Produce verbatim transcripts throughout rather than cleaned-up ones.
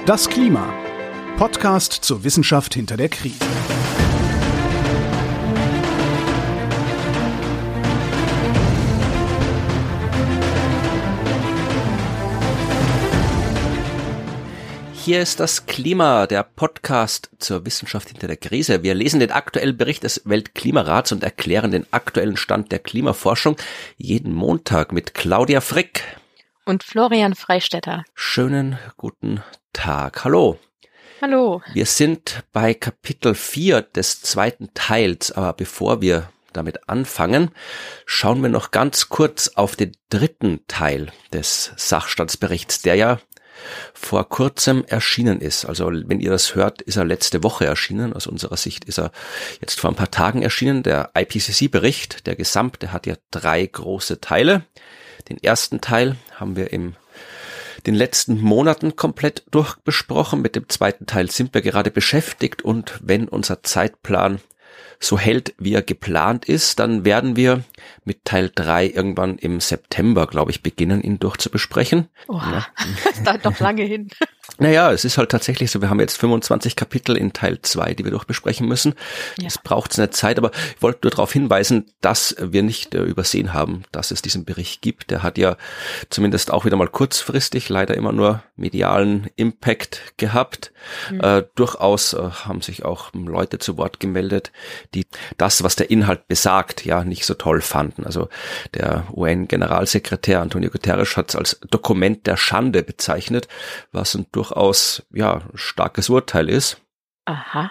Das Klima. Podcast zur Wissenschaft hinter der Krise. Hier ist das Klima, der Podcast zur Wissenschaft hinter der Krise. Wir lesen den aktuellen Bericht des Weltklimarats und erklären den aktuellen Stand der Klimaforschung jeden Montag mit Claudia Frick und Florian Freistetter. Schönen guten Tag. Hallo. Hallo. Wir sind bei Kapitel vier des zweiten Teils, aber bevor wir damit anfangen, schauen wir noch ganz kurz auf den dritten Teil des Sachstandsberichts, der ja vor kurzem erschienen ist. Also wenn ihr das hört, ist er letzte Woche erschienen. Aus unserer Sicht ist er jetzt vor ein paar Tagen erschienen. Der I P C C-Bericht, der gesamte, hat ja drei große Teile. Den ersten Teil haben wir in den letzten Monaten komplett durchbesprochen. Mit dem zweiten Teil sind wir gerade beschäftigt und wenn unser Zeitplan so hält, wie er geplant ist, dann werden wir mit Teil drei irgendwann im September, glaube ich, beginnen, ihn durchzubesprechen. Oha, ja. Das dauert doch lange hin. Naja, es ist halt tatsächlich so, wir haben jetzt fünfundzwanzig Kapitel in Teil zwei, die wir durchbesprechen müssen. Ja. Es braucht eine Zeit, aber ich wollte nur darauf hinweisen, dass wir nicht äh, übersehen haben, dass es diesen Bericht gibt. Der hat ja zumindest auch wieder mal kurzfristig leider immer nur medialen Impact gehabt. Mhm. Äh, durchaus äh, haben sich auch Leute zu Wort gemeldet, die das, was der Inhalt besagt, ja nicht so toll fanden. Also der U N-Generalsekretär Antonio Guterres hat es als Dokument der Schande bezeichnet, was ein durchaus ja starkes Urteil ist. Aha.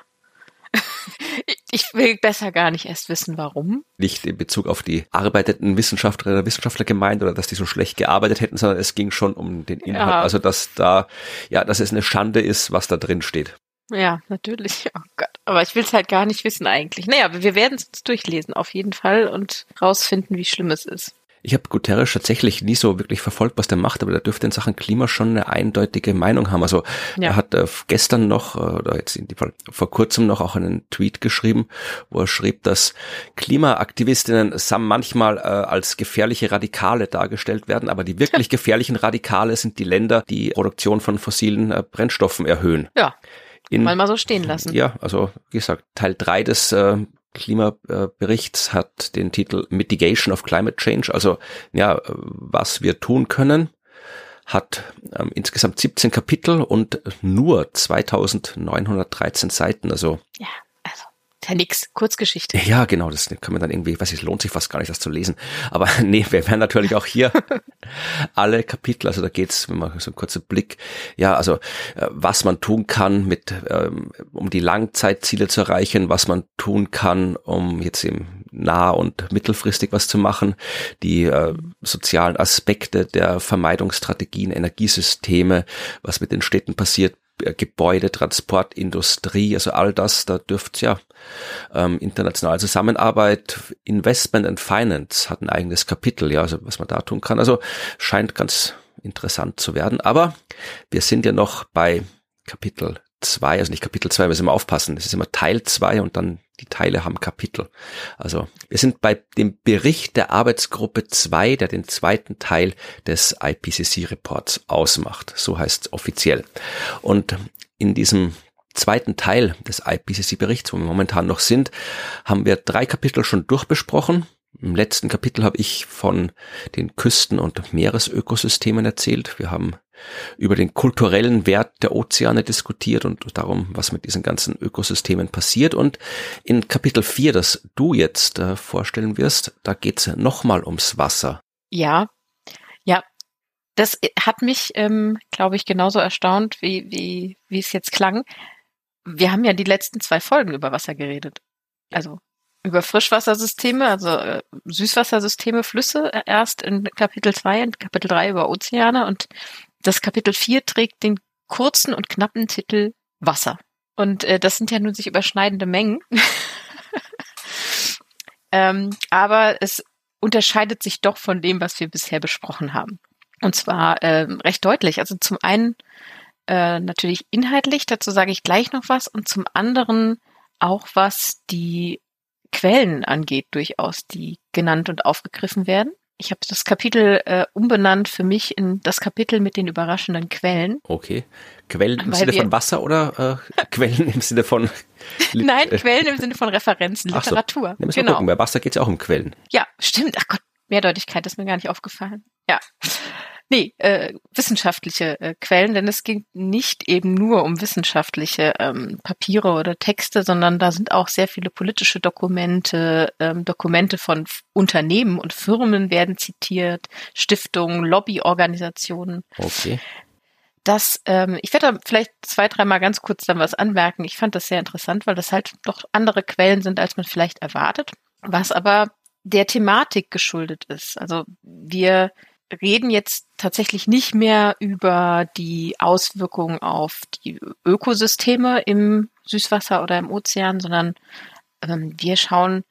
Ich will besser gar nicht erst wissen, warum. Nicht in Bezug auf die arbeitenden Wissenschaftlerinnen oder Wissenschaftler gemeint oder dass die so schlecht gearbeitet hätten, sondern es ging schon um den Inhalt. Ja. Also dass da, ja, dass es eine Schande ist, was da drin steht. Ja, natürlich. Oh Gott. Aber ich will es halt gar nicht wissen eigentlich. Naja, wir werden es uns durchlesen auf jeden Fall und rausfinden, wie schlimm es ist. Ich habe Guterres tatsächlich nie so wirklich verfolgt, was der macht, aber der dürfte in Sachen Klima schon eine eindeutige Meinung haben. Also ja. Er hat äh, gestern noch, oder jetzt in dem Fall vor kurzem noch auch einen Tweet geschrieben, wo er schrieb, dass Klimaaktivistinnen manchmal äh, als gefährliche Radikale dargestellt werden, aber die wirklich gefährlichen Radikale sind die Länder, die Produktion von fossilen äh, Brennstoffen erhöhen. Ja, in, mal mal so stehen lassen. Ja, also wie gesagt, Teil drei des äh, Klimaberichts hat den Titel Mitigation of Climate Change, also ja, was wir tun können, hat ähm, insgesamt siebzehn Kapitel und nur zweitausendneunhundertdreizehn Seiten, also ja, also ist ja nix, Kurzgeschichte. Ja, genau, das kann man dann irgendwie, weiß ich, es lohnt sich fast gar nicht, das zu lesen, aber nee, wir werden natürlich auch hier alle Kapitel, also da geht's, wenn man so einen kurzen Blick, ja, also äh, was man tun kann, mit ähm, um die Langzeitziele zu erreichen, was man tun kann, um jetzt eben nah- und mittelfristig was zu machen, die äh, sozialen Aspekte der Vermeidungsstrategien, Energiesysteme, was mit den Städten passiert, Gebäude, Transport, Industrie, also all das, da dürfte ja ähm, internationale Zusammenarbeit, Investment and Finance hat ein eigenes Kapitel, ja, also was man da tun kann. Also scheint ganz interessant zu werden. Aber wir sind ja noch bei Kapitel zwei, also nicht Kapitel zwei, wir müssen immer aufpassen. Das ist immer Teil zwei und dann die Teile haben Kapitel. Also wir sind bei dem Bericht der Arbeitsgruppe zwei, der den zweiten Teil des I P C C-Reports ausmacht. So heißt es offiziell. Und in diesem zweiten Teil des I P C C-Berichts, wo wir momentan noch sind, haben wir drei Kapitel schon durchbesprochen. Im letzten Kapitel habe ich von den Küsten- und Meeresökosystemen erzählt. Wir haben über den kulturellen Wert der Ozeane diskutiert und darum, was mit diesen ganzen Ökosystemen passiert. Und in Kapitel vier, das du jetzt äh, vorstellen wirst, da geht's nochmal ums Wasser. Ja, ja, das hat mich, ähm, glaube ich, genauso erstaunt, wie, wie, wie es jetzt klang. Wir haben ja die letzten zwei Folgen über Wasser geredet. Also über Frischwassersysteme, also äh, Süßwassersysteme, Flüsse, äh, erst in Kapitel zwei und Kapitel drei über Ozeane und das Kapitel vier trägt den kurzen und knappen Titel Wasser. Und äh, das sind ja nun sich überschneidende Mengen. ähm, aber es unterscheidet sich doch von dem, was wir bisher besprochen haben. Und zwar äh, recht deutlich. Also zum einen äh, natürlich inhaltlich, dazu sage ich gleich noch was, und zum anderen auch was die Quellen angeht, durchaus, die genannt und aufgegriffen werden. Ich habe das Kapitel äh, umbenannt für mich in das Kapitel mit den überraschenden Quellen. Okay. Quellen im Weil Sinne wir- von Wasser oder äh, Quellen im Sinne von Lit- Nein, äh, Quellen im Sinne von Referenzen, Ach so. Literatur. Ja, müssen wir Genau. gucken. Bei Wasser geht es ja auch um Quellen. Ja, stimmt. Ach Gott, Mehrdeutigkeit ist mir gar nicht aufgefallen. Ja. Nee, äh, wissenschaftliche äh, Quellen, denn es ging nicht eben nur um wissenschaftliche ähm, Papiere oder Texte, sondern da sind auch sehr viele politische Dokumente, ähm, Dokumente von F- Unternehmen und Firmen werden zitiert, Stiftungen, Lobbyorganisationen. Okay. Das, ähm, ich werde da vielleicht zwei, dreimal ganz kurz dann was anmerken. Ich fand das sehr interessant, weil das halt doch andere Quellen sind, als man vielleicht erwartet, was aber der Thematik geschuldet ist. Also wir reden jetzt tatsächlich nicht mehr über die Auswirkungen auf die Ökosysteme im Süßwasser oder im Ozean, sondern ähm, wir schauen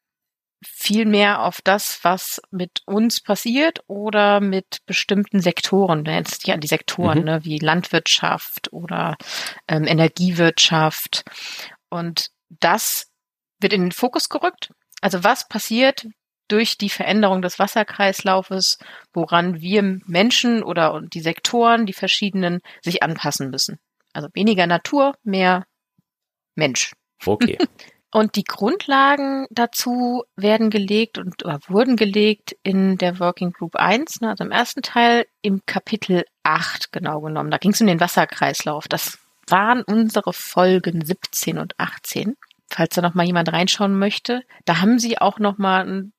viel mehr auf das, was mit uns passiert oder mit bestimmten Sektoren. Du nennst dich an die Sektoren, Mhm. ne, wie Landwirtschaft oder ähm, Energiewirtschaft. Und das wird in den Fokus gerückt. Also was passiert durch die Veränderung des Wasserkreislaufes, woran wir Menschen oder die Sektoren, die verschiedenen, sich anpassen müssen. Also weniger Natur, mehr Mensch. Okay. Und die Grundlagen dazu werden gelegt und oder wurden gelegt in der Working Group eins, ne, also im ersten Teil im Kapitel acht genau genommen. Da ging es um den Wasserkreislauf. Das waren unsere Folgen siebzehn und achtzehn. Falls da noch mal jemand reinschauen möchte, da haben sie auch noch mal einen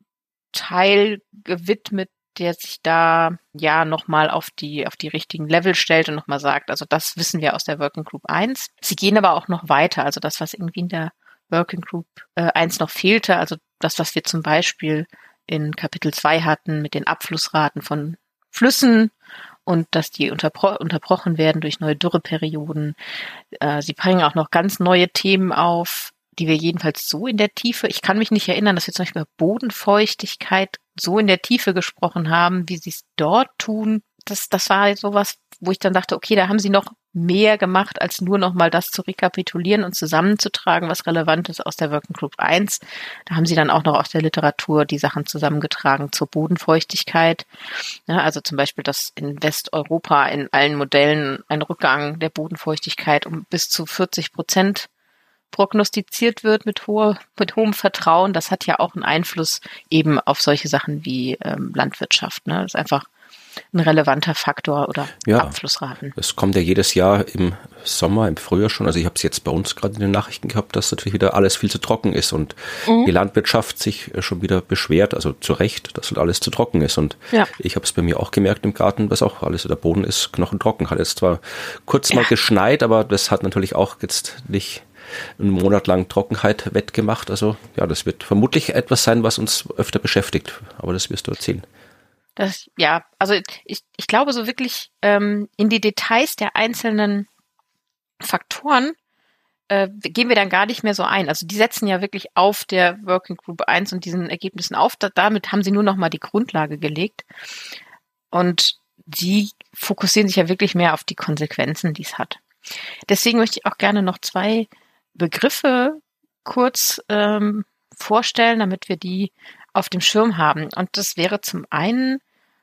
Teil gewidmet, der sich da ja noch mal auf die auf die richtigen Level stellt und noch mal sagt, also das wissen wir aus der Working Group eins. Sie gehen aber auch noch weiter, also das, was irgendwie in der Working Group äh, eins noch fehlte, also das, was wir zum Beispiel in Kapitel zwei hatten mit den Abflussraten von Flüssen und dass die unterbro- unterbrochen werden durch neue Dürreperioden. Äh, sie bringen auch noch ganz neue Themen auf, die wir jedenfalls so in der Tiefe, ich kann mich nicht erinnern, dass wir zum Beispiel über Bodenfeuchtigkeit so in der Tiefe gesprochen haben, wie sie es dort tun. Das, das war sowas, wo ich dann dachte, okay, da haben sie noch mehr gemacht, als nur noch mal das zu rekapitulieren und zusammenzutragen, was relevant ist aus der Working Group eins. Da haben sie dann auch noch aus der Literatur die Sachen zusammengetragen zur Bodenfeuchtigkeit. Ja, also zum Beispiel, dass in Westeuropa in allen Modellen ein Rückgang der Bodenfeuchtigkeit um bis zu vierzig Prozent prognostiziert wird mit hoher, mit hohem Vertrauen. Das hat ja auch einen Einfluss eben auf solche Sachen wie ähm, Landwirtschaft. Ne? Das ist einfach ein relevanter Faktor oder Ja. Abflussraten. Es kommt ja jedes Jahr im Sommer, im Frühjahr schon. Also ich habe es jetzt bei uns gerade in den Nachrichten gehabt, dass natürlich wieder alles viel zu trocken ist und Mhm. die Landwirtschaft sich schon wieder beschwert, also zu Recht, dass halt alles zu trocken ist. Und Ja. ich habe es bei mir auch gemerkt im Garten, dass auch alles, der Boden ist knochentrocken. Hat jetzt zwar kurz mal Ja. geschneit, aber das hat natürlich auch jetzt nicht einen Monat lang Trockenheit wettgemacht. Also ja, das wird vermutlich etwas sein, was uns öfter beschäftigt. Aber das wirst du erzählen. Das, ja, also ich, ich glaube so wirklich ähm, in die Details der einzelnen Faktoren äh, gehen wir dann gar nicht mehr so ein. Also die setzen ja wirklich auf der Working Group eins und diesen Ergebnissen auf. Da, damit haben sie nur noch mal die Grundlage gelegt. Und die fokussieren sich ja wirklich mehr auf die Konsequenzen, die es hat. Deswegen möchte ich auch gerne noch zwei Begriffe kurz ähm, vorstellen, damit wir die auf dem Schirm haben. Und das wäre zum einen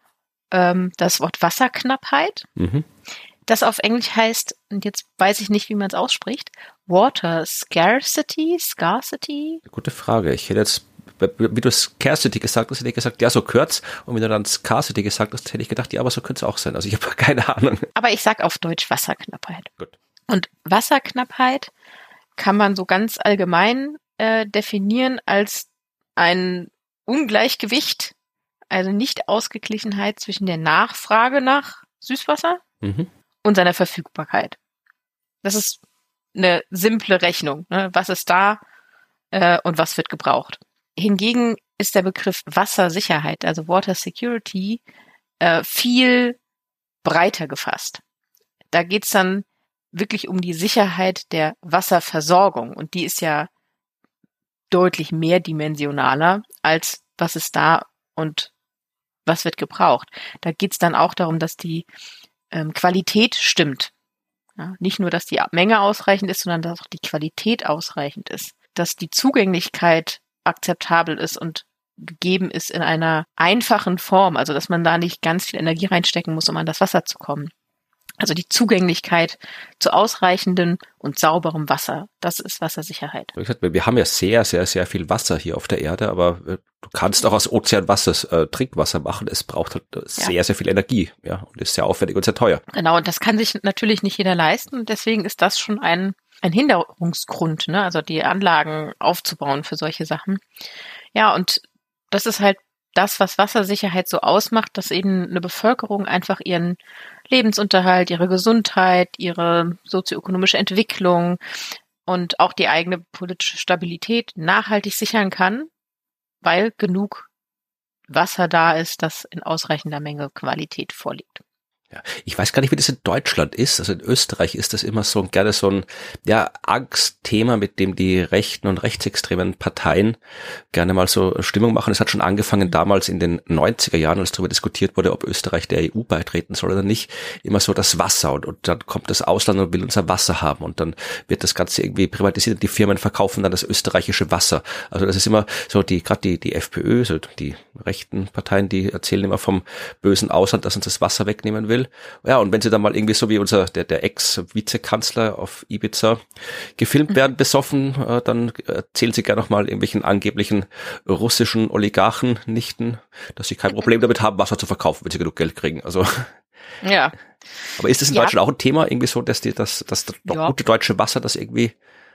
ähm, das Wort Wasserknappheit, Mhm. das auf Englisch heißt, und jetzt weiß ich nicht, wie man es ausspricht, Water Scarcity, Scarcity. Gute Frage. Ich hätte jetzt, wie du Scarcity gesagt hast, hätte ich gesagt, ja, so kürz. Und wenn du dann Scarcity gesagt hast, hätte ich gedacht, ja, aber so könnte es auch sein. Also ich habe keine Ahnung. Aber ich sag auf Deutsch Wasserknappheit. Gut. Und Wasserknappheit kann man so ganz allgemein äh, definieren als ein Ungleichgewicht, also Nicht-Ausgeglichenheit zwischen der Nachfrage nach Süßwasser Mhm. und seiner Verfügbarkeit. Das ist eine simple Rechnung. Ne? Was ist da äh, und was wird gebraucht? Hingegen ist der Begriff Wassersicherheit, also Water Security, äh, viel breiter gefasst. Da geht's dann wirklich um die Sicherheit der Wasserversorgung und die ist ja deutlich mehrdimensionaler als was ist da und was wird gebraucht. Da geht's dann auch darum, dass die ähm, Qualität stimmt. Ja, nicht nur, dass die Menge ausreichend ist, sondern dass auch die Qualität ausreichend ist. Dass die Zugänglichkeit akzeptabel ist und gegeben ist in einer einfachen Form, also dass man da nicht ganz viel Energie reinstecken muss, um an das Wasser zu kommen. Also die Zugänglichkeit zu ausreichendem und sauberem Wasser, das ist Wassersicherheit. Wir haben ja sehr, sehr, sehr viel Wasser hier auf der Erde, aber du kannst auch aus Ozeanwasser äh, Trinkwasser machen. Es braucht halt sehr, ja. sehr viel Energie, ja, und ist sehr aufwendig und sehr teuer. Genau, und das kann sich natürlich nicht jeder leisten. Deswegen ist das schon ein ein Hinderungsgrund, ne? Also die Anlagen aufzubauen für solche Sachen. Ja, und das ist halt das, was Wassersicherheit so ausmacht, dass eben eine Bevölkerung einfach ihren Lebensunterhalt, ihre Gesundheit, ihre sozioökonomische Entwicklung und auch die eigene politische Stabilität nachhaltig sichern kann, weil genug Wasser da ist, das in ausreichender Menge Qualität vorliegt. Ja, ich weiß gar nicht, wie das in Deutschland ist. Also in Österreich ist das immer so gerne so ein ja Angstthema, mit dem die rechten und rechtsextremen Parteien gerne mal so Stimmung machen. Es hat schon angefangen damals in den neunziger Jahren, als darüber diskutiert wurde, ob Österreich der E U beitreten soll oder nicht. Immer so das Wasser und, und dann kommt das Ausland und will unser Wasser haben und dann wird das Ganze irgendwie privatisiert und die Firmen verkaufen dann das österreichische Wasser. Also das ist immer so die gerade die die FPÖ, so die rechten Parteien, die erzählen immer vom bösen Ausland, das uns das Wasser wegnehmen will. Ja, und wenn sie dann mal irgendwie so wie unser, der, der Ex-Vizekanzler auf Ibiza gefilmt werden, besoffen, äh, dann erzählen sie gerne nochmal irgendwelchen angeblichen russischen Oligarchen, Nichten, dass sie kein Problem damit haben, Wasser zu verkaufen, wenn sie genug Geld kriegen. Also. Ja. Aber ist das in ja. Deutschland auch ein Thema, irgendwie so, dass die, dass, dass das ja. gute deutsche Wasser das irgendwie.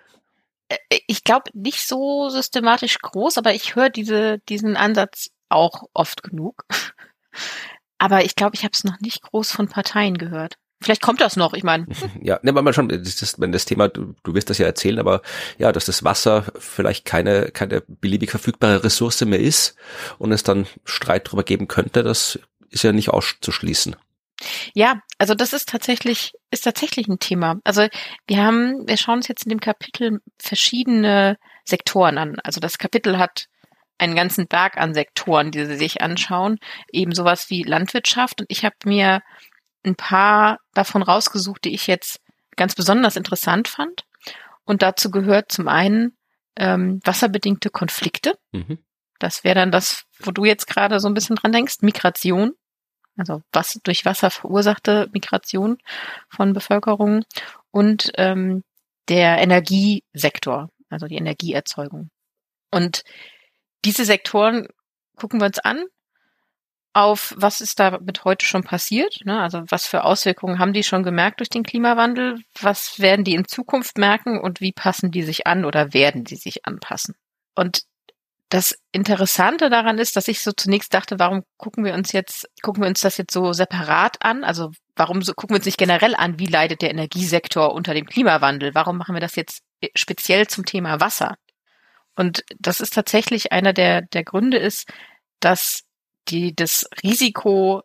Ich glaube, nicht so systematisch groß, aber ich höre diese, diesen Ansatz auch oft genug. Aber ich glaube, ich habe es noch nicht groß von Parteien gehört. Vielleicht kommt das noch, ich meine. Ja, ne, man schon, das ist, wenn das Thema, du, du wirst das ja erzählen, aber ja, dass das Wasser vielleicht keine keine beliebig verfügbare Ressource mehr ist und es dann Streit darüber geben könnte, das ist ja nicht auszuschließen. Ja, also das ist tatsächlich ist tatsächlich ein Thema. Also wir haben, wir schauen uns jetzt in dem Kapitel verschiedene Sektoren an. Also das Kapitel hat einen ganzen Berg an Sektoren, die sie sich anschauen, eben sowas wie Landwirtschaft. Und ich habe mir ein paar davon rausgesucht, die ich jetzt ganz besonders interessant fand. Und dazu gehört zum einen ähm, wasserbedingte Konflikte. Mhm. Das wäre dann das, wo du jetzt gerade so ein bisschen dran denkst, Migration. Also was durch Wasser verursachte Migration von Bevölkerung und ähm, der Energiesektor, also die Energieerzeugung. Und diese Sektoren gucken wir uns an, auf was ist damit heute schon passiert, ne? Also was für Auswirkungen haben die schon gemerkt durch den Klimawandel, was werden die in Zukunft merken und wie passen die sich an oder werden die sich anpassen. Und das Interessante daran ist, dass ich so zunächst dachte, warum gucken wir uns jetzt, gucken wir uns das jetzt so separat an? Also warum so, gucken wir uns nicht generell an, wie leidet der Energiesektor unter dem Klimawandel? Warum machen wir das jetzt speziell zum Thema Wasser? Und das ist tatsächlich einer der, der Gründe ist, dass die, das Risiko,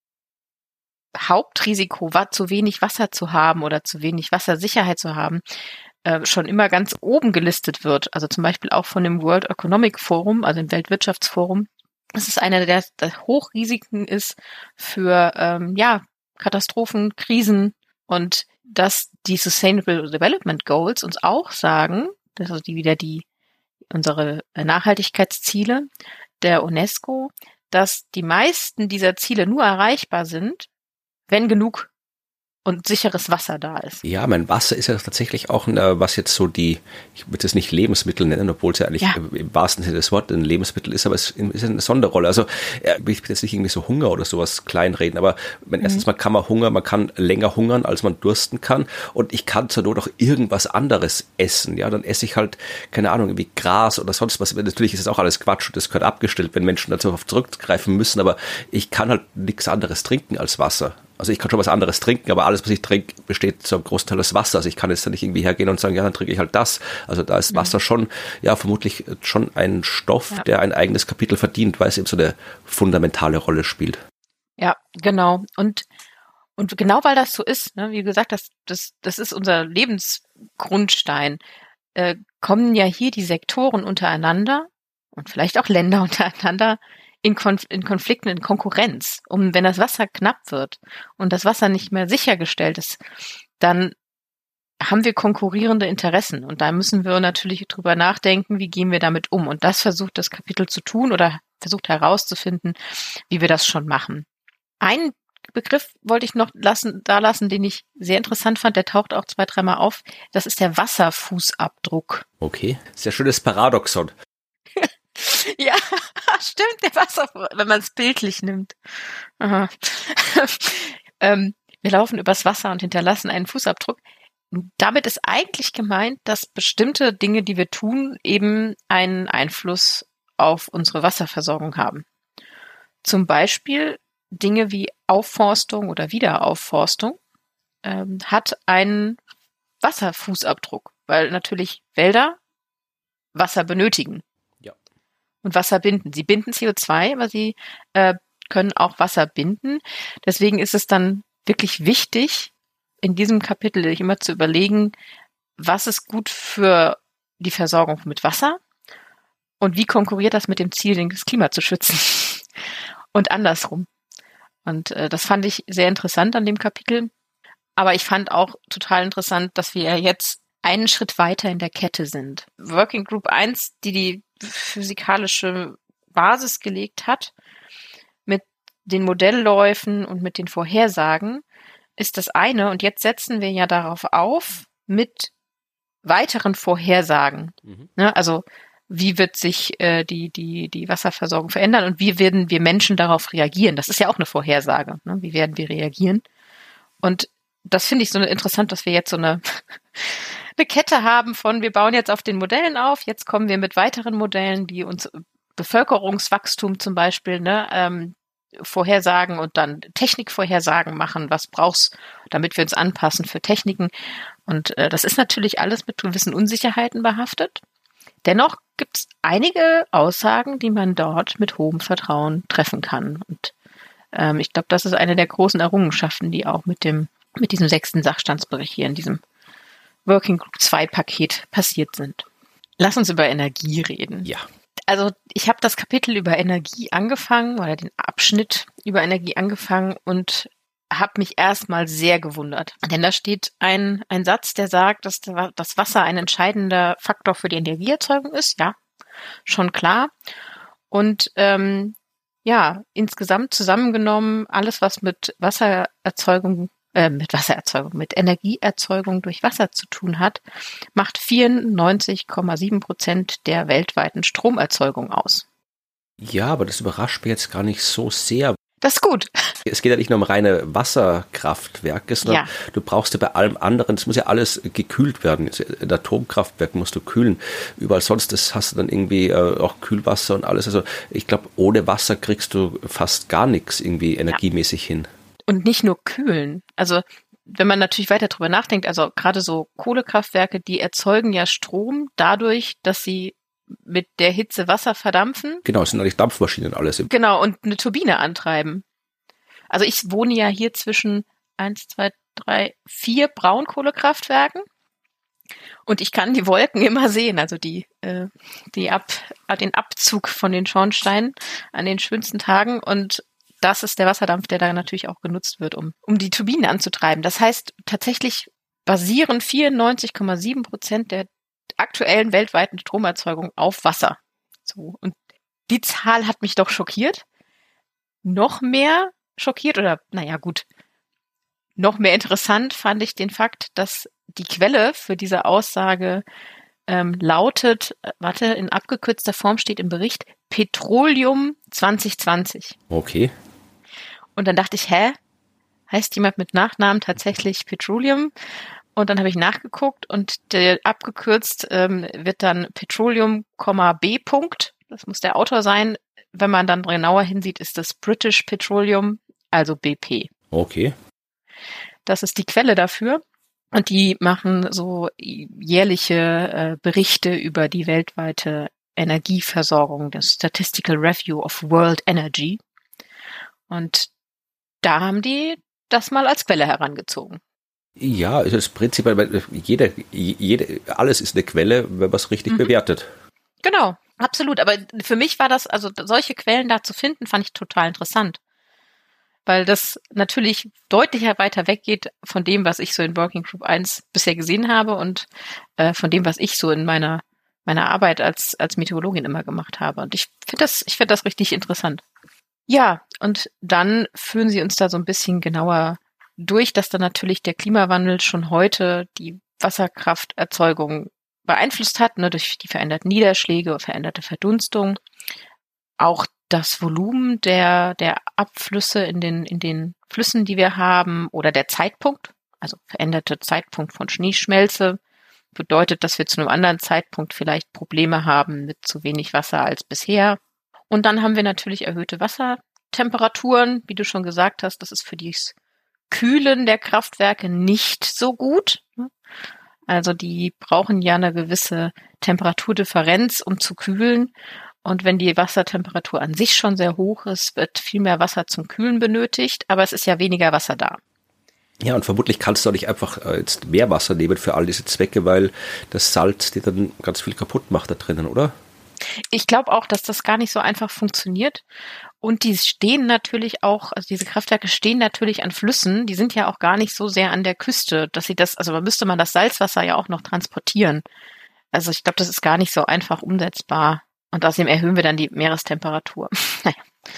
Hauptrisiko war, zu wenig Wasser zu haben oder zu wenig Wassersicherheit zu haben, äh, schon immer ganz oben gelistet wird. Also zum Beispiel auch von dem World Economic Forum, also dem Weltwirtschaftsforum. Das ist einer der, der Hochrisiken ist für, ähm, ja, Katastrophen, Krisen und dass die Sustainable Development Goals uns auch sagen, das ist also die wieder die unsere Nachhaltigkeitsziele der UNESCO, dass die meisten dieser Ziele nur erreichbar sind, wenn genug und sicheres Wasser da ist. Ja, mein Wasser ist ja tatsächlich auch, was jetzt so die, ich würde es nicht Lebensmittel nennen, obwohl es ja eigentlich ja. im wahrsten Sinne des Wortes ein Lebensmittel ist, aber es ist eine Sonderrolle. Also ich will jetzt nicht irgendwie so Hunger oder sowas kleinreden, aber mhm. erstens mal kann man Hunger, man kann länger hungern, als man dursten kann und ich kann zur Not auch irgendwas anderes essen. Ja, dann esse ich halt, keine Ahnung, irgendwie Gras oder sonst was. Natürlich ist das auch alles Quatsch und das gehört abgestellt, wenn Menschen dazu zurückgreifen müssen, aber ich kann halt nichts anderes trinken als Wasser. Also ich kann schon was anderes trinken, aber alles, was ich trinke, besteht zu einem Großteil aus Wasser. Also ich kann jetzt da nicht irgendwie hergehen und sagen, ja, dann trinke ich halt das. Also da ist Wasser mhm. schon, ja, vermutlich schon ein Stoff, ja. der ein eigenes Kapitel verdient, weil es eben so eine fundamentale Rolle spielt. Ja, genau. Und und genau weil das so ist, ne, wie gesagt, das das das ist unser Lebensgrundstein, äh, kommen ja hier die Sektoren untereinander und vielleicht auch Länder untereinander in, Konf- in Konflikten, in Konkurrenz. Um, wenn das Wasser knapp wird und das Wasser nicht mehr sichergestellt ist, dann haben wir konkurrierende Interessen. Und da müssen wir natürlich drüber nachdenken, wie gehen wir damit um. Und das versucht das Kapitel zu tun oder versucht herauszufinden, wie wir das schon machen. Einen Begriff wollte ich noch lassen, da lassen, den ich sehr interessant fand, der taucht auch zwei, dreimal auf. Das ist der Wasserfußabdruck. Okay, sehr schönes Paradoxon. Ja, stimmt, der Wasser, wenn man es bildlich nimmt. Aha. ähm, wir laufen übers Wasser und hinterlassen einen Fußabdruck. Damit ist eigentlich gemeint, dass bestimmte Dinge, die wir tun, eben einen Einfluss auf unsere Wasserversorgung haben. Zum Beispiel Dinge wie Aufforstung oder Wiederaufforstung ähm, hat einen Wasserfußabdruck, weil natürlich Wälder Wasser benötigen. Ja. Und Wasser binden. Sie binden C O zwei, aber sie äh, können auch Wasser binden. Deswegen ist es dann wirklich wichtig, in diesem Kapitel sich immer zu überlegen, was ist gut für die Versorgung mit Wasser und wie konkurriert das mit dem Ziel, das Klima zu schützen und andersrum. Und äh, das fand ich sehr interessant an dem Kapitel. Aber ich fand auch total interessant, dass wir jetzt einen Schritt weiter in der Kette sind. Working Group eins, die die physikalische Basis gelegt hat, mit den Modellläufen und mit den Vorhersagen, ist das eine. Und jetzt setzen wir ja darauf auf mit weiteren Vorhersagen. Mhm. Ne, also wie wird sich äh, die, die, die Wasserversorgung verändern und wie werden wir Menschen darauf reagieren? Das ist ja auch eine Vorhersage. Ne? Wie werden wir reagieren? Und das finde ich so interessant, dass wir jetzt so eine, eine Kette haben von, wir bauen jetzt auf den Modellen auf, jetzt kommen wir mit weiteren Modellen, die uns Bevölkerungswachstum zum Beispiel, ne, ähm, Vorhersagen und dann Technikvorhersagen machen, was brauchst, damit wir uns anpassen für Techniken. Und äh, das ist natürlich alles mit gewissen Unsicherheiten behaftet. Dennoch gibt es einige Aussagen, die man dort mit hohem Vertrauen treffen kann. Und ähm, ich glaube, das ist eine der großen Errungenschaften, die auch mit dem mit diesem sechsten Sachstandsbericht hier in diesem Working Group zwei Paket passiert sind. Lass uns über Energie reden. Ja. Also ich habe das Kapitel über Energie angefangen oder den Abschnitt über Energie angefangen und habe mich erstmal sehr gewundert. Denn da steht ein, ein Satz, der sagt, dass das Wasser ein entscheidender Faktor für die Energieerzeugung ist. Ja, schon klar. Und ähm, ja, insgesamt zusammengenommen, alles, was mit Wassererzeugung, äh, mit Wassererzeugung, mit Energieerzeugung durch Wasser zu tun hat, macht vierundneunzig Komma sieben Prozent der weltweiten Stromerzeugung aus. Ja, aber das überrascht mich jetzt gar nicht so sehr. Das ist gut. Es geht ja nicht nur um reine Wasserkraftwerke, sondern Ja. du brauchst ja bei allem anderen, es muss ja alles gekühlt werden. In Atomkraftwerken musst du kühlen. Überall sonst das hast du dann irgendwie äh, auch Kühlwasser und alles. Also ich glaube, ohne Wasser kriegst du fast gar nichts irgendwie energiemäßig hin. Und nicht nur kühlen. Also wenn man natürlich weiter drüber nachdenkt, also gerade so Kohlekraftwerke, die erzeugen ja Strom dadurch, dass sie mit der Hitze Wasser verdampfen. Genau, es sind eigentlich Dampfmaschinen alles. Genau, und eine Turbine antreiben. Also ich wohne ja hier zwischen eins, zwei, drei, vier Braunkohlekraftwerken und ich kann die Wolken immer sehen, also die, äh, die Ab, den Abzug von den Schornsteinen an den schönsten Tagen und das ist der Wasserdampf, der da natürlich auch genutzt wird, um, um die Turbinen anzutreiben. Das heißt, tatsächlich basieren vierundneunzig Komma sieben Prozent der aktuellen weltweiten Stromerzeugung auf Wasser. So. Und die Zahl hat mich doch schockiert. Noch mehr schockiert oder, naja, gut. Noch mehr interessant fand ich den Fakt, dass die Quelle für diese Aussage ähm, lautet, äh, warte, in abgekürzter Form steht im Bericht, Petroleum zwanzig zwanzig. Okay. Und dann dachte ich, hä? Heißt jemand mit Nachnamen tatsächlich Petroleum? Und dann habe ich nachgeguckt und der, abgekürzt ähm, wird dann Petroleum, B. Punkt. Das muss der Autor sein. Wenn man dann genauer hinsieht, ist das British Petroleum, also B P. Okay. Das ist die Quelle dafür. Und die machen so jährliche äh, Berichte über die weltweite Energieversorgung, das Statistical Review of World Energy. Und da haben die das mal als Quelle herangezogen. Ja, also das Prinzip, jede, jede, alles ist eine Quelle, wenn man es richtig mhm. bewertet. Genau, absolut. Aber für mich war das, also solche Quellen da zu finden, fand ich total interessant. Weil das natürlich deutlicher weiter weggeht von dem, was ich so in Working Group eins bisher gesehen habe und äh, von dem, was ich so in meiner, meiner Arbeit als, als Meteorologin immer gemacht habe. Und ich finde das, ich finde das richtig interessant. Ja, und dann führen sie uns da so ein bisschen genauer durch, dass dann natürlich der Klimawandel schon heute die Wasserkrafterzeugung beeinflusst hat, ne, durch die veränderten Niederschläge, veränderte Verdunstung. Auch das Volumen der, der Abflüsse in den, in den Flüssen, die wir haben, oder der Zeitpunkt, also veränderte Zeitpunkt von Schneeschmelze, bedeutet, dass wir zu einem anderen Zeitpunkt vielleicht Probleme haben mit zu wenig Wasser als bisher. Und dann haben wir natürlich erhöhte Wassertemperaturen, wie du schon gesagt hast, das ist für das Kühlen der Kraftwerke nicht so gut. Also die brauchen ja eine gewisse Temperaturdifferenz, um zu kühlen. Und wenn die Wassertemperatur an sich schon sehr hoch ist, wird viel mehr Wasser zum Kühlen benötigt, aber es ist ja weniger Wasser da. Ja, und vermutlich kannst du auch nicht einfach äh, jetzt mehr Wasser nehmen für all diese Zwecke, weil das Salz dir dann ganz viel kaputt macht da drinnen, oder? Ich glaube auch, dass das gar nicht so einfach funktioniert. Und die stehen natürlich auch, also diese Kraftwerke stehen natürlich an Flüssen, die sind ja auch gar nicht so sehr an der Küste, dass sie das, also da müsste man das Salzwasser ja auch noch transportieren. Also ich glaube, das ist gar nicht so einfach umsetzbar. Und außerdem erhöhen wir dann die Meerestemperatur. Naja.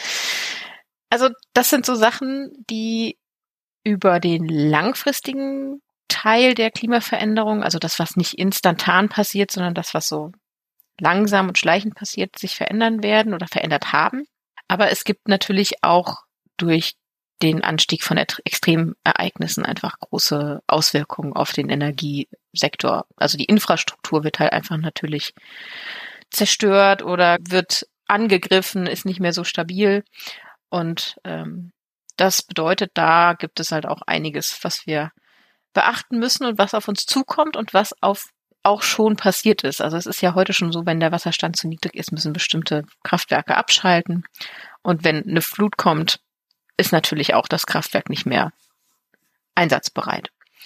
Also das sind so Sachen, die über den langfristigen Teil der Klimaveränderung, also das, was nicht instantan passiert, sondern das, was so langsam und schleichend passiert, sich verändern werden oder verändert haben. Aber es gibt natürlich auch durch den Anstieg von Extremereignissen einfach große Auswirkungen auf den Energiesektor. Also die Infrastruktur wird halt einfach natürlich zerstört oder wird angegriffen, ist nicht mehr so stabil. Und ähm, das bedeutet, da gibt es halt auch einiges, was wir beachten müssen und was auf uns zukommt und was auf auch schon passiert ist. Also es ist ja heute schon so, wenn der Wasserstand zu niedrig ist, müssen bestimmte Kraftwerke abschalten. Und wenn eine Flut kommt, ist natürlich auch das Kraftwerk nicht mehr einsatzbereit.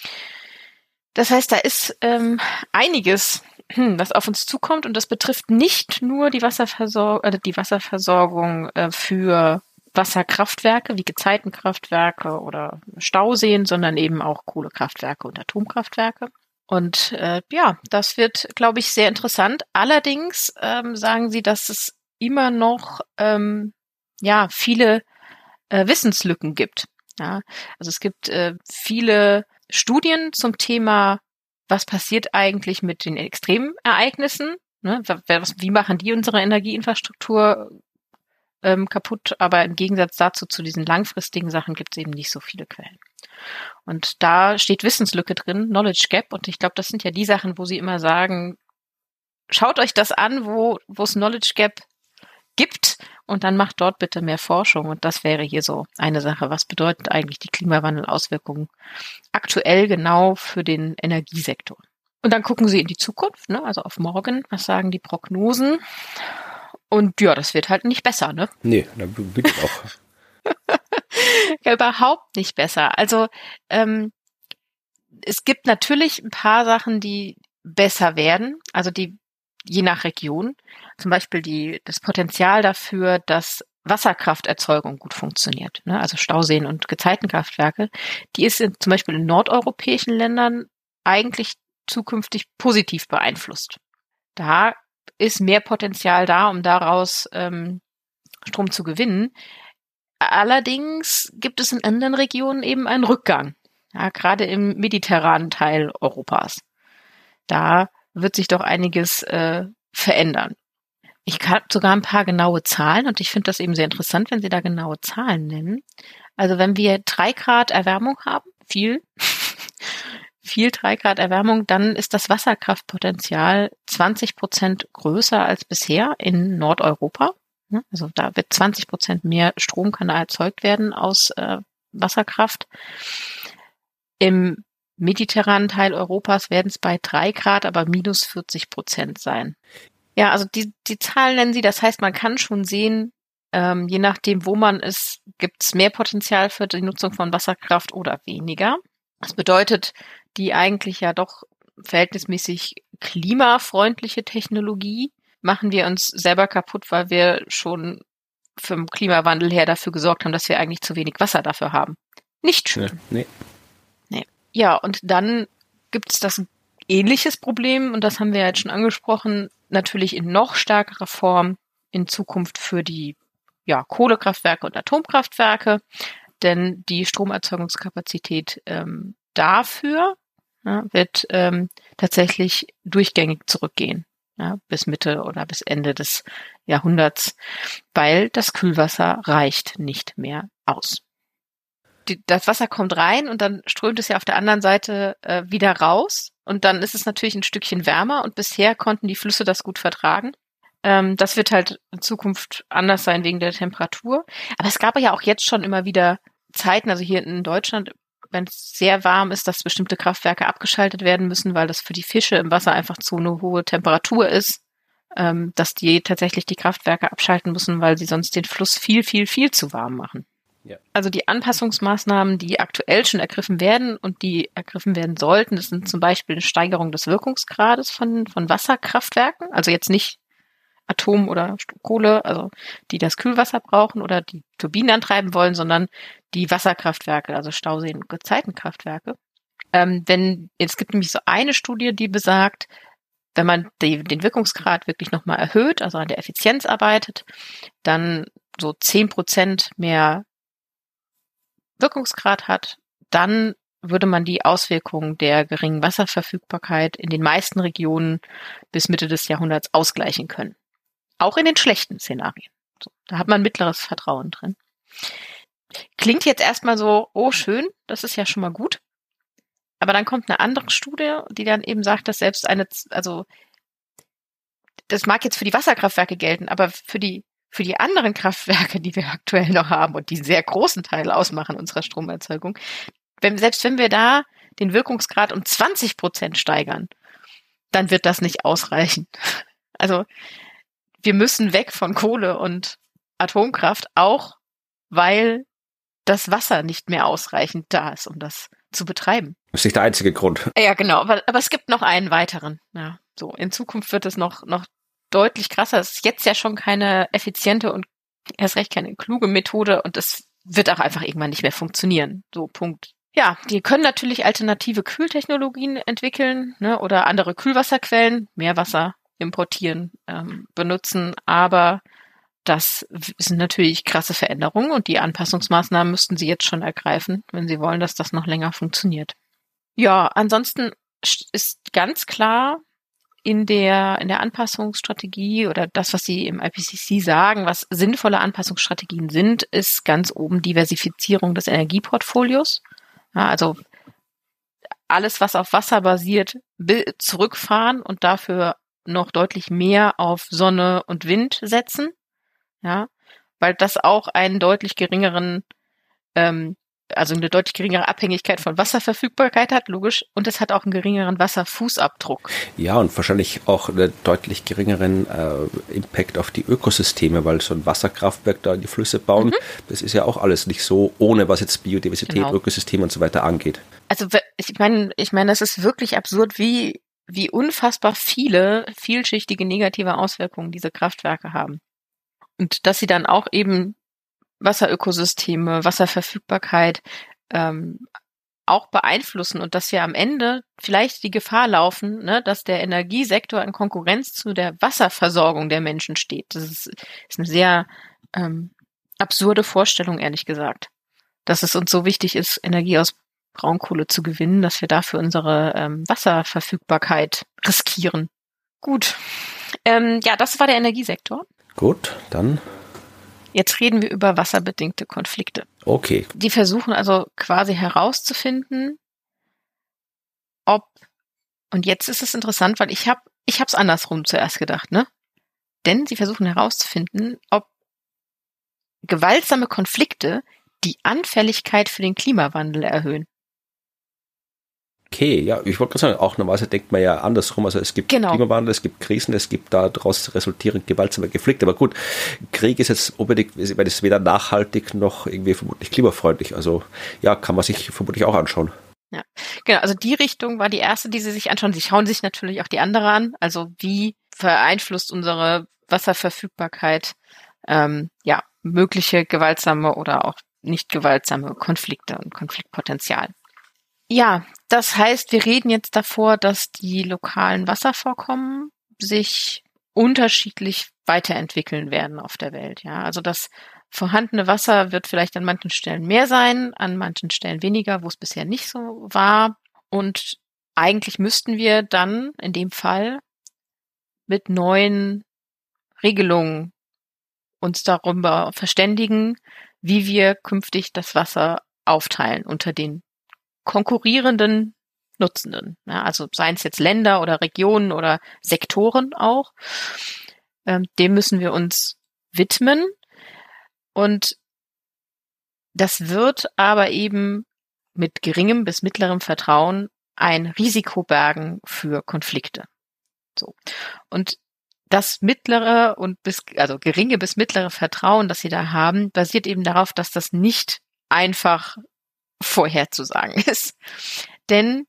Das heißt, da ist ähm, einiges, was auf uns zukommt, und das betrifft nicht nur die Wasserversorgung, äh, die Wasserversorgung äh, für Wasserkraftwerke wie Gezeitenkraftwerke oder Stauseen, sondern eben auch Kohlekraftwerke und Atomkraftwerke. Und äh, ja, das wird, glaube ich, sehr interessant. Allerdings ähm, sagen sie, dass es immer noch ähm, ja viele äh, Wissenslücken gibt. Ja, also es gibt äh, viele Studien zum Thema, was passiert eigentlich mit den Extremereignissen? Ne? Was, wie machen die unsere Energieinfrastruktur ähm, kaputt? Aber im Gegensatz dazu, zu diesen langfristigen Sachen, gibt es eben nicht so viele Quellen. Und da steht Wissenslücke drin, Knowledge Gap. Und ich glaube, das sind ja die Sachen, wo sie immer sagen, schaut euch das an, wo wo es Knowledge Gap gibt, und dann macht dort bitte mehr Forschung. Und das wäre hier so eine Sache. Was bedeutet eigentlich die Klimawandelauswirkungen aktuell genau für den Energiesektor? Und dann gucken sie in die Zukunft, ne? Also auf morgen. Was sagen die Prognosen? Und ja, das wird halt nicht besser, ne? Nee, da bin ich auch. Ja, überhaupt nicht besser. Also ähm, es gibt natürlich ein paar Sachen, die besser werden, also die je nach Region. Zum Beispiel die das Potenzial dafür, dass Wasserkrafterzeugung gut funktioniert, ne? Also Stauseen und Gezeitenkraftwerke, die ist in, zum Beispiel in nordeuropäischen Ländern eigentlich zukünftig positiv beeinflusst. Da ist mehr Potenzial da, um daraus ähm, Strom zu gewinnen. Allerdings gibt es in anderen Regionen eben einen Rückgang, ja, gerade im mediterranen Teil Europas. Da wird sich doch einiges äh, verändern. Ich habe sogar ein paar genaue Zahlen, und ich finde das eben sehr interessant, wenn Sie da genaue Zahlen nennen. Also wenn wir drei Grad Erwärmung haben, viel, viel drei Grad Erwärmung, dann ist das Wasserkraftpotenzial zwanzig Prozent größer als bisher in Nordeuropa. Also da wird zwanzig Prozent mehr Strom kann da erzeugt werden aus äh, Wasserkraft. Im mediterranen Teil Europas werden es bei drei Grad aber minus vierzig Prozent sein. Ja, also die, die Zahlen nennen sie, das heißt, man kann schon sehen, ähm, je nachdem, wo man ist, gibt es mehr Potenzial für die Nutzung von Wasserkraft oder weniger. Das bedeutet, die eigentlich ja doch verhältnismäßig klimafreundliche Technologie machen wir uns selber kaputt, weil wir schon vom Klimawandel her dafür gesorgt haben, dass wir eigentlich zu wenig Wasser dafür haben. Nicht schön. Nee. Nee. Ja, und dann gibt es das ähnliches Problem, und das haben wir ja jetzt schon angesprochen, natürlich in noch stärkerer Form in Zukunft für die ja, Kohlekraftwerke und Atomkraftwerke, denn die Stromerzeugungskapazität ähm, dafür ja, wird ähm, tatsächlich durchgängig zurückgehen, ja, bis Mitte oder bis Ende des Jahrhunderts, weil das Kühlwasser reicht nicht mehr aus. Die, das Wasser kommt rein und dann strömt es ja auf der anderen Seite äh, wieder raus und dann ist es natürlich ein Stückchen wärmer und bisher konnten die Flüsse das gut vertragen. Ähm, das wird halt in Zukunft anders sein wegen der Temperatur. Aber es gab ja auch jetzt schon immer wieder Zeiten, also hier in Deutschland, wenn es sehr warm ist, dass bestimmte Kraftwerke abgeschaltet werden müssen, weil das für die Fische im Wasser einfach zu eine hohe Temperatur ist, ähm, dass die tatsächlich die Kraftwerke abschalten müssen, weil sie sonst den Fluss viel, viel, viel zu warm machen. Ja. Also die Anpassungsmaßnahmen, die aktuell schon ergriffen werden und die ergriffen werden sollten, das sind zum Beispiel eine Steigerung des Wirkungsgrades von, von Wasserkraftwerken, also jetzt nicht Atom oder Kohle, also die das Kühlwasser brauchen oder die Turbinen antreiben wollen, sondern die Wasserkraftwerke, also Stauseen und Gezeitenkraftwerke. Ähm, wenn, es gibt nämlich so eine Studie, die besagt, wenn man die, den Wirkungsgrad wirklich nochmal erhöht, also an der Effizienz arbeitet, dann so zehn Prozent mehr Wirkungsgrad hat, dann würde man die Auswirkungen der geringen Wasserverfügbarkeit in den meisten Regionen bis Mitte des Jahrhunderts ausgleichen können. Auch in den schlechten Szenarien. So, da hat man mittleres Vertrauen drin. Klingt jetzt erstmal so, oh schön, das ist ja schon mal gut. Aber dann kommt eine andere Studie, die dann eben sagt, dass selbst eine, also das mag jetzt für die Wasserkraftwerke gelten, aber für die für die anderen Kraftwerke, die wir aktuell noch haben und die einen sehr großen Teil ausmachen unserer Stromerzeugung, wenn, selbst wenn wir da den Wirkungsgrad um zwanzig Prozent steigern, dann wird das nicht ausreichen. Also wir müssen weg von Kohle und Atomkraft, auch weil das Wasser nicht mehr ausreichend da ist, um das zu betreiben. Das ist nicht der einzige Grund. Ja, genau. Aber, aber es gibt noch einen weiteren. Ja, so in Zukunft wird es noch noch deutlich krasser. Es ist jetzt ja schon keine effiziente und erst recht keine kluge Methode und es wird auch einfach irgendwann nicht mehr funktionieren. So, Punkt. Ja, die können natürlich alternative Kühltechnologien entwickeln, ne, oder andere Kühlwasserquellen, Meerwasser importieren, ähm, benutzen, aber das sind natürlich krasse Veränderungen und die Anpassungsmaßnahmen müssten sie jetzt schon ergreifen, wenn sie wollen, dass das noch länger funktioniert. Ja, ansonsten ist ganz klar in der in der Anpassungsstrategie oder das, was sie im I P C C sagen, was sinnvolle Anpassungsstrategien sind, ist ganz oben Diversifizierung des Energieportfolios. Ja, also alles, was auf Wasser basiert, zurückfahren und dafür noch deutlich mehr auf Sonne und Wind setzen. Ja, weil das auch einen deutlich geringeren, ähm, also eine deutlich geringere Abhängigkeit von Wasserverfügbarkeit hat, logisch, und es hat auch einen geringeren Wasserfußabdruck. Ja, und wahrscheinlich auch einen deutlich geringeren äh, Impact auf die Ökosysteme, weil so ein Wasserkraftwerk da in die Flüsse bauen, mhm. das ist ja auch alles nicht so, ohne was jetzt Biodiversität, genau. Ökosysteme und so weiter angeht. Also ich meine, ich meine, es ist wirklich absurd, wie wie unfassbar viele vielschichtige negative Auswirkungen diese Kraftwerke haben. Und dass sie dann auch eben Wasserökosysteme, Wasserverfügbarkeit ähm, auch beeinflussen und dass wir am Ende vielleicht die Gefahr laufen, ne, dass der Energiesektor in Konkurrenz zu der Wasserversorgung der Menschen steht. Das ist, ist eine sehr ähm, absurde Vorstellung, ehrlich gesagt. Dass es uns so wichtig ist, Energie aus Braunkohle zu gewinnen, dass wir dafür unsere ähm, Wasserverfügbarkeit riskieren. Gut. Ähm, ja, das war der Energiesektor. Gut, dann. Jetzt reden wir über wasserbedingte Konflikte. Okay. Die versuchen also quasi herauszufinden, ob, und jetzt ist es interessant, weil ich habe ich habe es andersrum zuerst gedacht, ne? Denn sie versuchen herauszufinden, ob gewaltsame Konflikte die Anfälligkeit für den Klimawandel erhöhen. Okay, ja, ich wollte gerade sagen, auch normalerweise denkt man ja andersrum, also es gibt genau. Klimawandel, es gibt Krisen, es gibt daraus resultierend gewaltsame Konflikte, aber gut, Krieg ist jetzt unbedingt, weil das ist weder nachhaltig noch irgendwie vermutlich klimafreundlich, also ja, kann man sich vermutlich auch anschauen. Ja, genau, also die Richtung war die erste, die sie sich anschauen, sie schauen sich natürlich auch die andere an, also wie beeinflusst unsere Wasserverfügbarkeit ähm, ja, mögliche gewaltsame oder auch nicht gewaltsame Konflikte und Konfliktpotenzial. Ja, das heißt, wir reden jetzt davor, dass die lokalen Wasservorkommen sich unterschiedlich weiterentwickeln werden auf der Welt. Ja, also das vorhandene Wasser wird vielleicht an manchen Stellen mehr sein, an manchen Stellen weniger, wo es bisher nicht so war. Und eigentlich müssten wir dann in dem Fall mit neuen Regelungen uns darüber verständigen, wie wir künftig das Wasser aufteilen unter den konkurrierenden Nutzenden. Ja, also seien es jetzt Länder oder Regionen oder Sektoren auch. Ähm, dem müssen wir uns widmen. Und das wird aber eben mit geringem bis mittlerem Vertrauen ein Risiko bergen für Konflikte. So. Und das mittlere und bis, also geringe bis mittlere Vertrauen, das sie da haben, basiert eben darauf, dass das nicht einfach vorherzusagen ist. Denn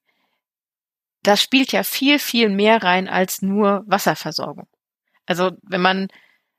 das spielt ja viel, viel mehr rein als nur Wasserversorgung. Also wenn man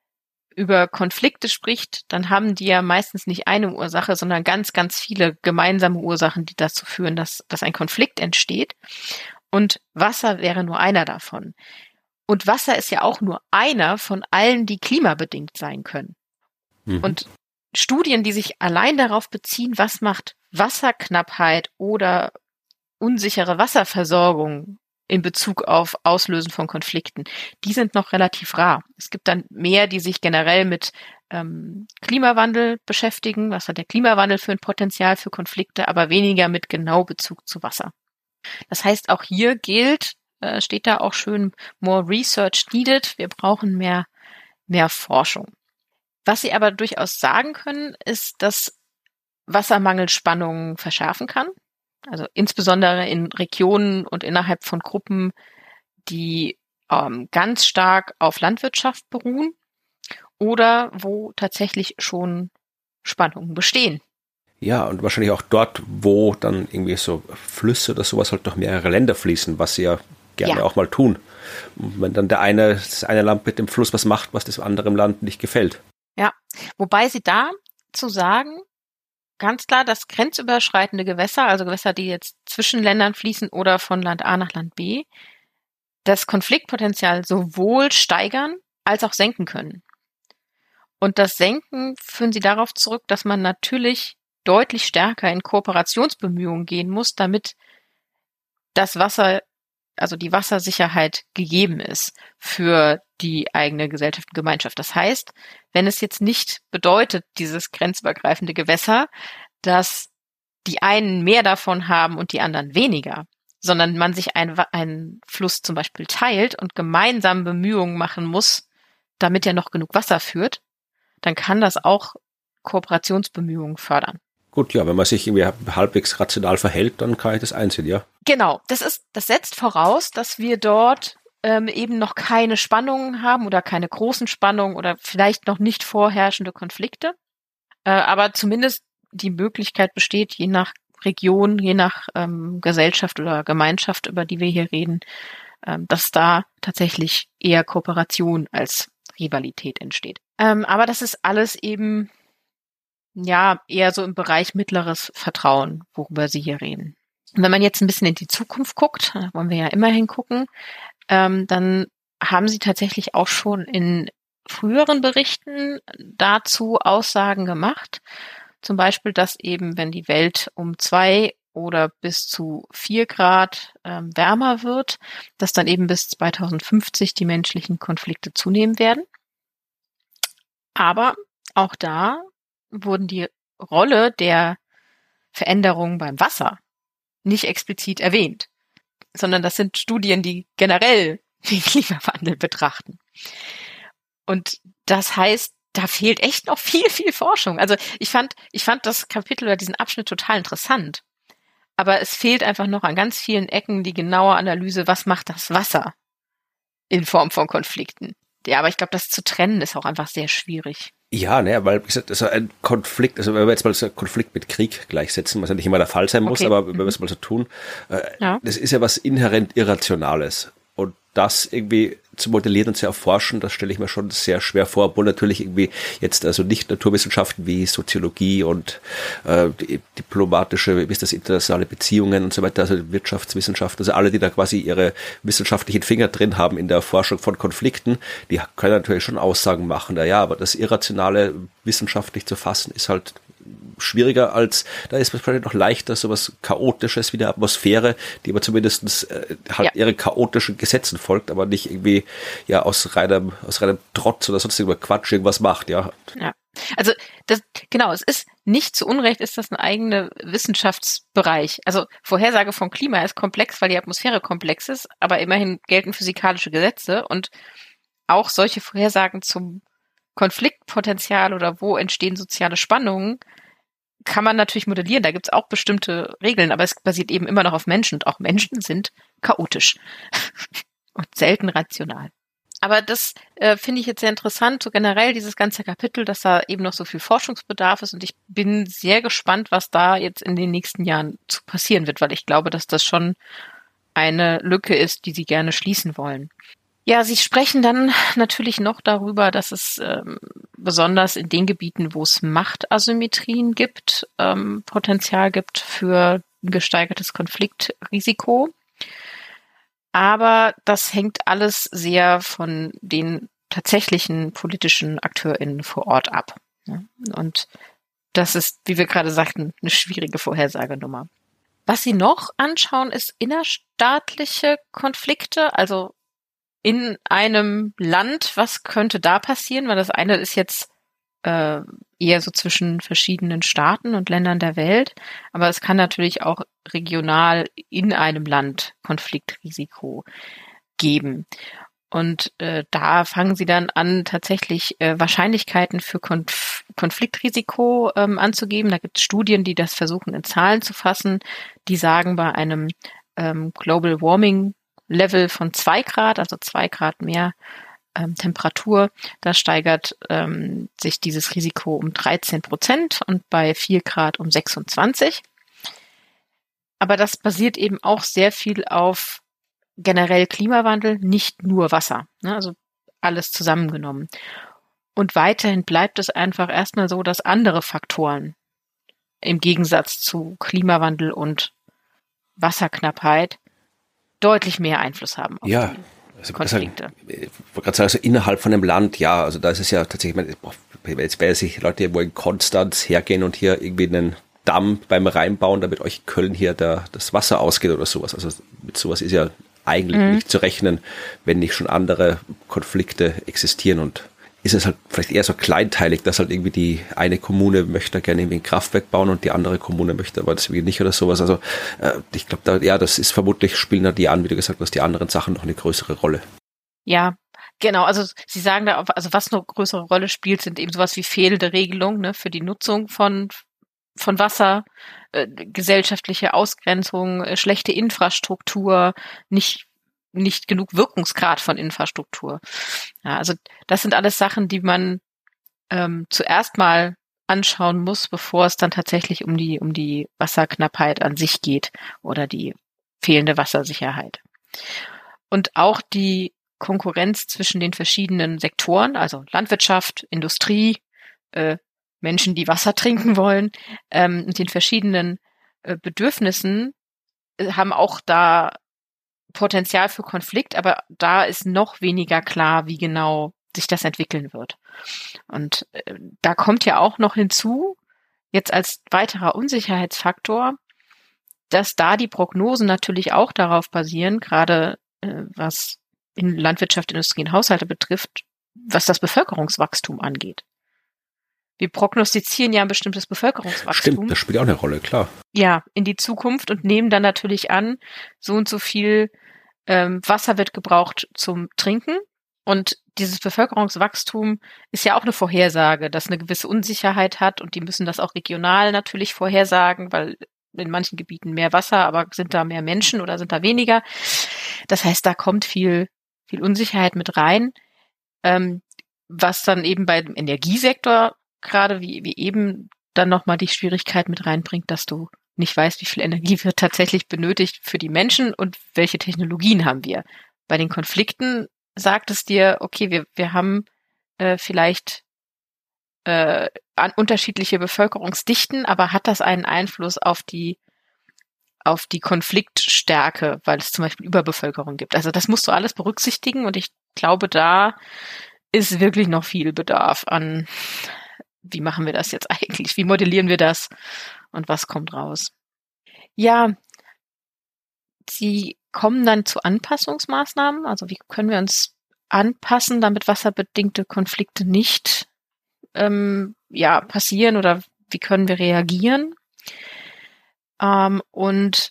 über Konflikte spricht, dann haben die ja meistens nicht eine Ursache, sondern ganz, ganz viele gemeinsame Ursachen, die dazu führen, dass, dass ein Konflikt entsteht. Und Wasser wäre nur einer davon. Und Wasser ist ja auch nur einer von allen, die klimabedingt sein können. Mhm. Und Studien, die sich allein darauf beziehen, was macht Wasserknappheit oder unsichere Wasserversorgung in Bezug auf Auslösen von Konflikten, die sind noch relativ rar. Es gibt dann mehr, die sich generell mit ähm, Klimawandel beschäftigen. Was hat der Klimawandel für ein Potenzial für Konflikte, aber weniger mit genau Bezug zu Wasser. Das heißt, auch hier gilt, äh, steht da auch schön, more research needed. Wir brauchen mehr, mehr Forschung. Was Sie aber durchaus sagen können, ist, dass Wassermangel Spannungen verschärfen kann. Also insbesondere in Regionen und innerhalb von Gruppen, die ähm, ganz stark auf Landwirtschaft beruhen oder wo tatsächlich schon Spannungen bestehen. Ja, und wahrscheinlich auch dort, wo dann irgendwie so Flüsse oder sowas halt durch mehrere Länder fließen, was sie ja gerne ja. auch mal tun. Und wenn dann der eine, das eine Land mit dem Fluss was macht, was das anderen Land nicht gefällt. Ja, wobei sie da zu sagen, ganz klar, dass grenzüberschreitende Gewässer, also Gewässer, die jetzt zwischen Ländern fließen oder von Land A nach Land B, das Konfliktpotenzial sowohl steigern als auch senken können. Und das Senken führen sie darauf zurück, dass man natürlich deutlich stärker in Kooperationsbemühungen gehen muss, damit das Wasser, also die Wassersicherheit gegeben ist für die eigene Gesellschaft und Gemeinschaft. Das heißt, wenn es jetzt nicht bedeutet, dieses grenzübergreifende Gewässer, dass die einen mehr davon haben und die anderen weniger, sondern man sich ein, einen Fluss zum Beispiel teilt und gemeinsam Bemühungen machen muss, damit er noch genug Wasser führt, dann kann das auch Kooperationsbemühungen fördern. Gut, ja, wenn man sich irgendwie halbwegs rational verhält, dann kann ich das einsehen, ja. Genau, das ist, das setzt voraus, dass wir dort ähm, eben noch keine Spannungen haben oder keine großen Spannungen oder vielleicht noch nicht vorherrschende Konflikte. Äh, aber zumindest die Möglichkeit besteht, je nach Region, je nach ähm, Gesellschaft oder Gemeinschaft, über die wir hier reden, ähm, dass da tatsächlich eher Kooperation als Rivalität entsteht. Ähm, aber das ist alles eben ja eher so im Bereich mittleres Vertrauen, worüber Sie hier reden. Und wenn man jetzt ein bisschen in die Zukunft guckt, da wollen wir ja immer hingucken, ähm, dann haben Sie tatsächlich auch schon in früheren Berichten dazu Aussagen gemacht. Zum Beispiel, dass eben, wenn die Welt um zwei oder bis zu vier Grad ähm, wärmer wird, dass dann eben bis zweitausendfünfzig die menschlichen Konflikte zunehmen werden. Aber auch da wurden die Rolle der Veränderungen beim Wasser nicht explizit erwähnt, sondern das sind Studien, die generell den Klimawandel betrachten. Und das heißt, da fehlt echt noch viel, viel Forschung. Also ich fand, ich fand das Kapitel oder diesen Abschnitt total interessant. Aber es fehlt einfach noch an ganz vielen Ecken die genaue Analyse, was macht das Wasser in Form von Konflikten. Ja, aber ich glaube, das zu trennen ist auch einfach sehr schwierig. Ja, ne, weil, wie gesagt, also ein Konflikt, also wenn wir jetzt mal so einen Konflikt mit Krieg gleichsetzen, was ja nicht immer der Fall sein muss, okay. aber wenn wir es mal so tun, äh, ja. das ist ja was inhärent Irrationales. Und das irgendwie zu modellieren und zu erforschen, das stelle ich mir schon sehr schwer vor, obwohl natürlich irgendwie jetzt also nicht Naturwissenschaften wie Soziologie und äh, diplomatische, wie ist das, internationale Beziehungen und so weiter, also Wirtschaftswissenschaften, also alle, die da quasi ihre wissenschaftlichen Finger drin haben in der Erforschung von Konflikten, die können natürlich schon Aussagen machen, na ja, aber das Irrationale wissenschaftlich zu fassen ist halt schwieriger als, da ist es vielleicht noch leichter, sowas Chaotisches wie der Atmosphäre, die aber zumindest äh, halt ja. ihre chaotischen Gesetzen folgt, aber nicht irgendwie ja aus reinem, aus reinem Trotz oder sonst irgendwas Quatsch irgendwas macht, ja. Ja. Also das, genau, es ist nicht zu Unrecht, ist das ein eigener Wissenschaftsbereich. Also Vorhersage vom Klima ist komplex, weil die Atmosphäre komplex ist, aber immerhin gelten physikalische Gesetze und auch solche Vorhersagen zum Konfliktpotenzial oder wo entstehen soziale Spannungen, kann man natürlich modellieren. Da gibt es auch bestimmte Regeln, aber es basiert eben immer noch auf Menschen und auch Menschen sind chaotisch und selten rational. Aber das äh, finde ich jetzt sehr interessant, so generell dieses ganze Kapitel, dass da eben noch so viel Forschungsbedarf ist und ich bin sehr gespannt, was da jetzt in den nächsten Jahren zu passieren wird, weil ich glaube, dass das schon eine Lücke ist, die sie gerne schließen wollen. Ja, sie sprechen dann natürlich noch darüber, dass es ähm, besonders in den Gebieten, wo es Machtasymmetrien gibt, ähm, Potenzial gibt für ein gesteigertes Konfliktrisiko. Aber das hängt alles sehr von den tatsächlichen politischen AkteurInnen vor Ort ab. Und das ist, wie wir gerade sagten, eine schwierige Vorhersagenummer. Was sie noch anschauen, ist innerstaatliche Konflikte, also in einem Land, was könnte da passieren? Weil das eine ist jetzt äh, eher so zwischen verschiedenen Staaten und Ländern der Welt, aber es kann natürlich auch regional in einem Land Konfliktrisiko geben. Und äh, da fangen sie dann an, tatsächlich äh, Wahrscheinlichkeiten für Konf- Konfliktrisiko ähm, anzugeben. Da gibt es Studien, die das versuchen in Zahlen zu fassen. Die sagen, bei einem ähm, Global Warming Level von zwei Grad, also zwei Grad mehr ähm, Temperatur, da steigert ähm, sich dieses Risiko um dreizehn Prozent und bei vier Grad um sechsundzwanzig. Aber das basiert eben auch sehr viel auf generell Klimawandel, nicht nur Wasser, ne? Also alles zusammengenommen. Und weiterhin bleibt es einfach erstmal so, dass andere Faktoren im Gegensatz zu Klimawandel und Wasserknappheit deutlich mehr Einfluss haben auf ja, die also Konflikte. Ich wollte gerade sagen, also innerhalb von einem Land, ja, also da ist es ja tatsächlich, jetzt werden sich Leute irgendwo in Konstanz hergehen und hier irgendwie einen Damm beim Reinbauen, damit euch Köln hier der, das Wasser ausgeht oder sowas. Also mit sowas ist ja eigentlich mhm. nicht zu rechnen, wenn nicht schon andere Konflikte existieren, und ist es halt vielleicht eher so kleinteilig, dass halt irgendwie die eine Kommune möchte gerne irgendwie ein Kraftwerk bauen und die andere Kommune möchte aber das irgendwie nicht oder sowas. Also äh, ich glaube, da ja, das ist vermutlich, spielen da die an, wie du gesagt hast, die anderen Sachen noch eine größere Rolle. Ja, genau. Also sie sagen da, also was eine größere Rolle spielt, sind eben sowas wie fehlende Regelungen, ne, für die Nutzung von von Wasser, äh, gesellschaftliche Ausgrenzung, äh, schlechte Infrastruktur, nicht nicht genug Wirkungsgrad von Infrastruktur. Ja, also das sind alles Sachen, die man ähm, zuerst mal anschauen muss, bevor es dann tatsächlich um die um die Wasserknappheit an sich geht oder die fehlende Wassersicherheit. Und auch die Konkurrenz zwischen den verschiedenen Sektoren, also Landwirtschaft, Industrie, äh, Menschen, die Wasser trinken wollen, ähm, und den verschiedenen äh, Bedürfnissen äh, haben auch da Potenzial für Konflikt, aber da ist noch weniger klar, wie genau sich das entwickeln wird. Und äh, da kommt ja auch noch hinzu, jetzt als weiterer Unsicherheitsfaktor, dass da die Prognosen natürlich auch darauf basieren, gerade äh, was in Landwirtschaft, Industrie und Haushalte betrifft, was das Bevölkerungswachstum angeht. Wir prognostizieren ja ein bestimmtes Bevölkerungswachstum. Stimmt, das spielt auch eine Rolle, klar. Ja, in die Zukunft und nehmen dann natürlich an, so und so viel ähm, Wasser wird gebraucht zum Trinken. Und dieses Bevölkerungswachstum ist ja auch eine Vorhersage, das eine gewisse Unsicherheit hat, und die müssen das auch regional natürlich vorhersagen, weil in manchen Gebieten mehr Wasser, aber sind da mehr Menschen oder sind da weniger? Das heißt, da kommt viel, viel Unsicherheit mit rein, ähm, was dann eben beim Energiesektor gerade wie, wie eben dann nochmal die Schwierigkeit mit reinbringt, dass du nicht weißt, wie viel Energie wird tatsächlich benötigt für die Menschen und welche Technologien haben wir. Bei den Konflikten sagt es dir, okay, wir, wir haben äh, vielleicht äh, an unterschiedliche Bevölkerungsdichten, aber hat das einen Einfluss auf die auf die Konfliktstärke, weil es zum Beispiel Überbevölkerung gibt. Also das musst du alles berücksichtigen und ich glaube, da ist wirklich noch viel Bedarf an, wie machen wir das jetzt eigentlich? Wie modellieren wir das? Und was kommt raus? Ja, sie kommen dann zu Anpassungsmaßnahmen. Also wie können wir uns anpassen, damit wasserbedingte Konflikte nicht ähm, ja, passieren oder wie können wir reagieren? Ähm, und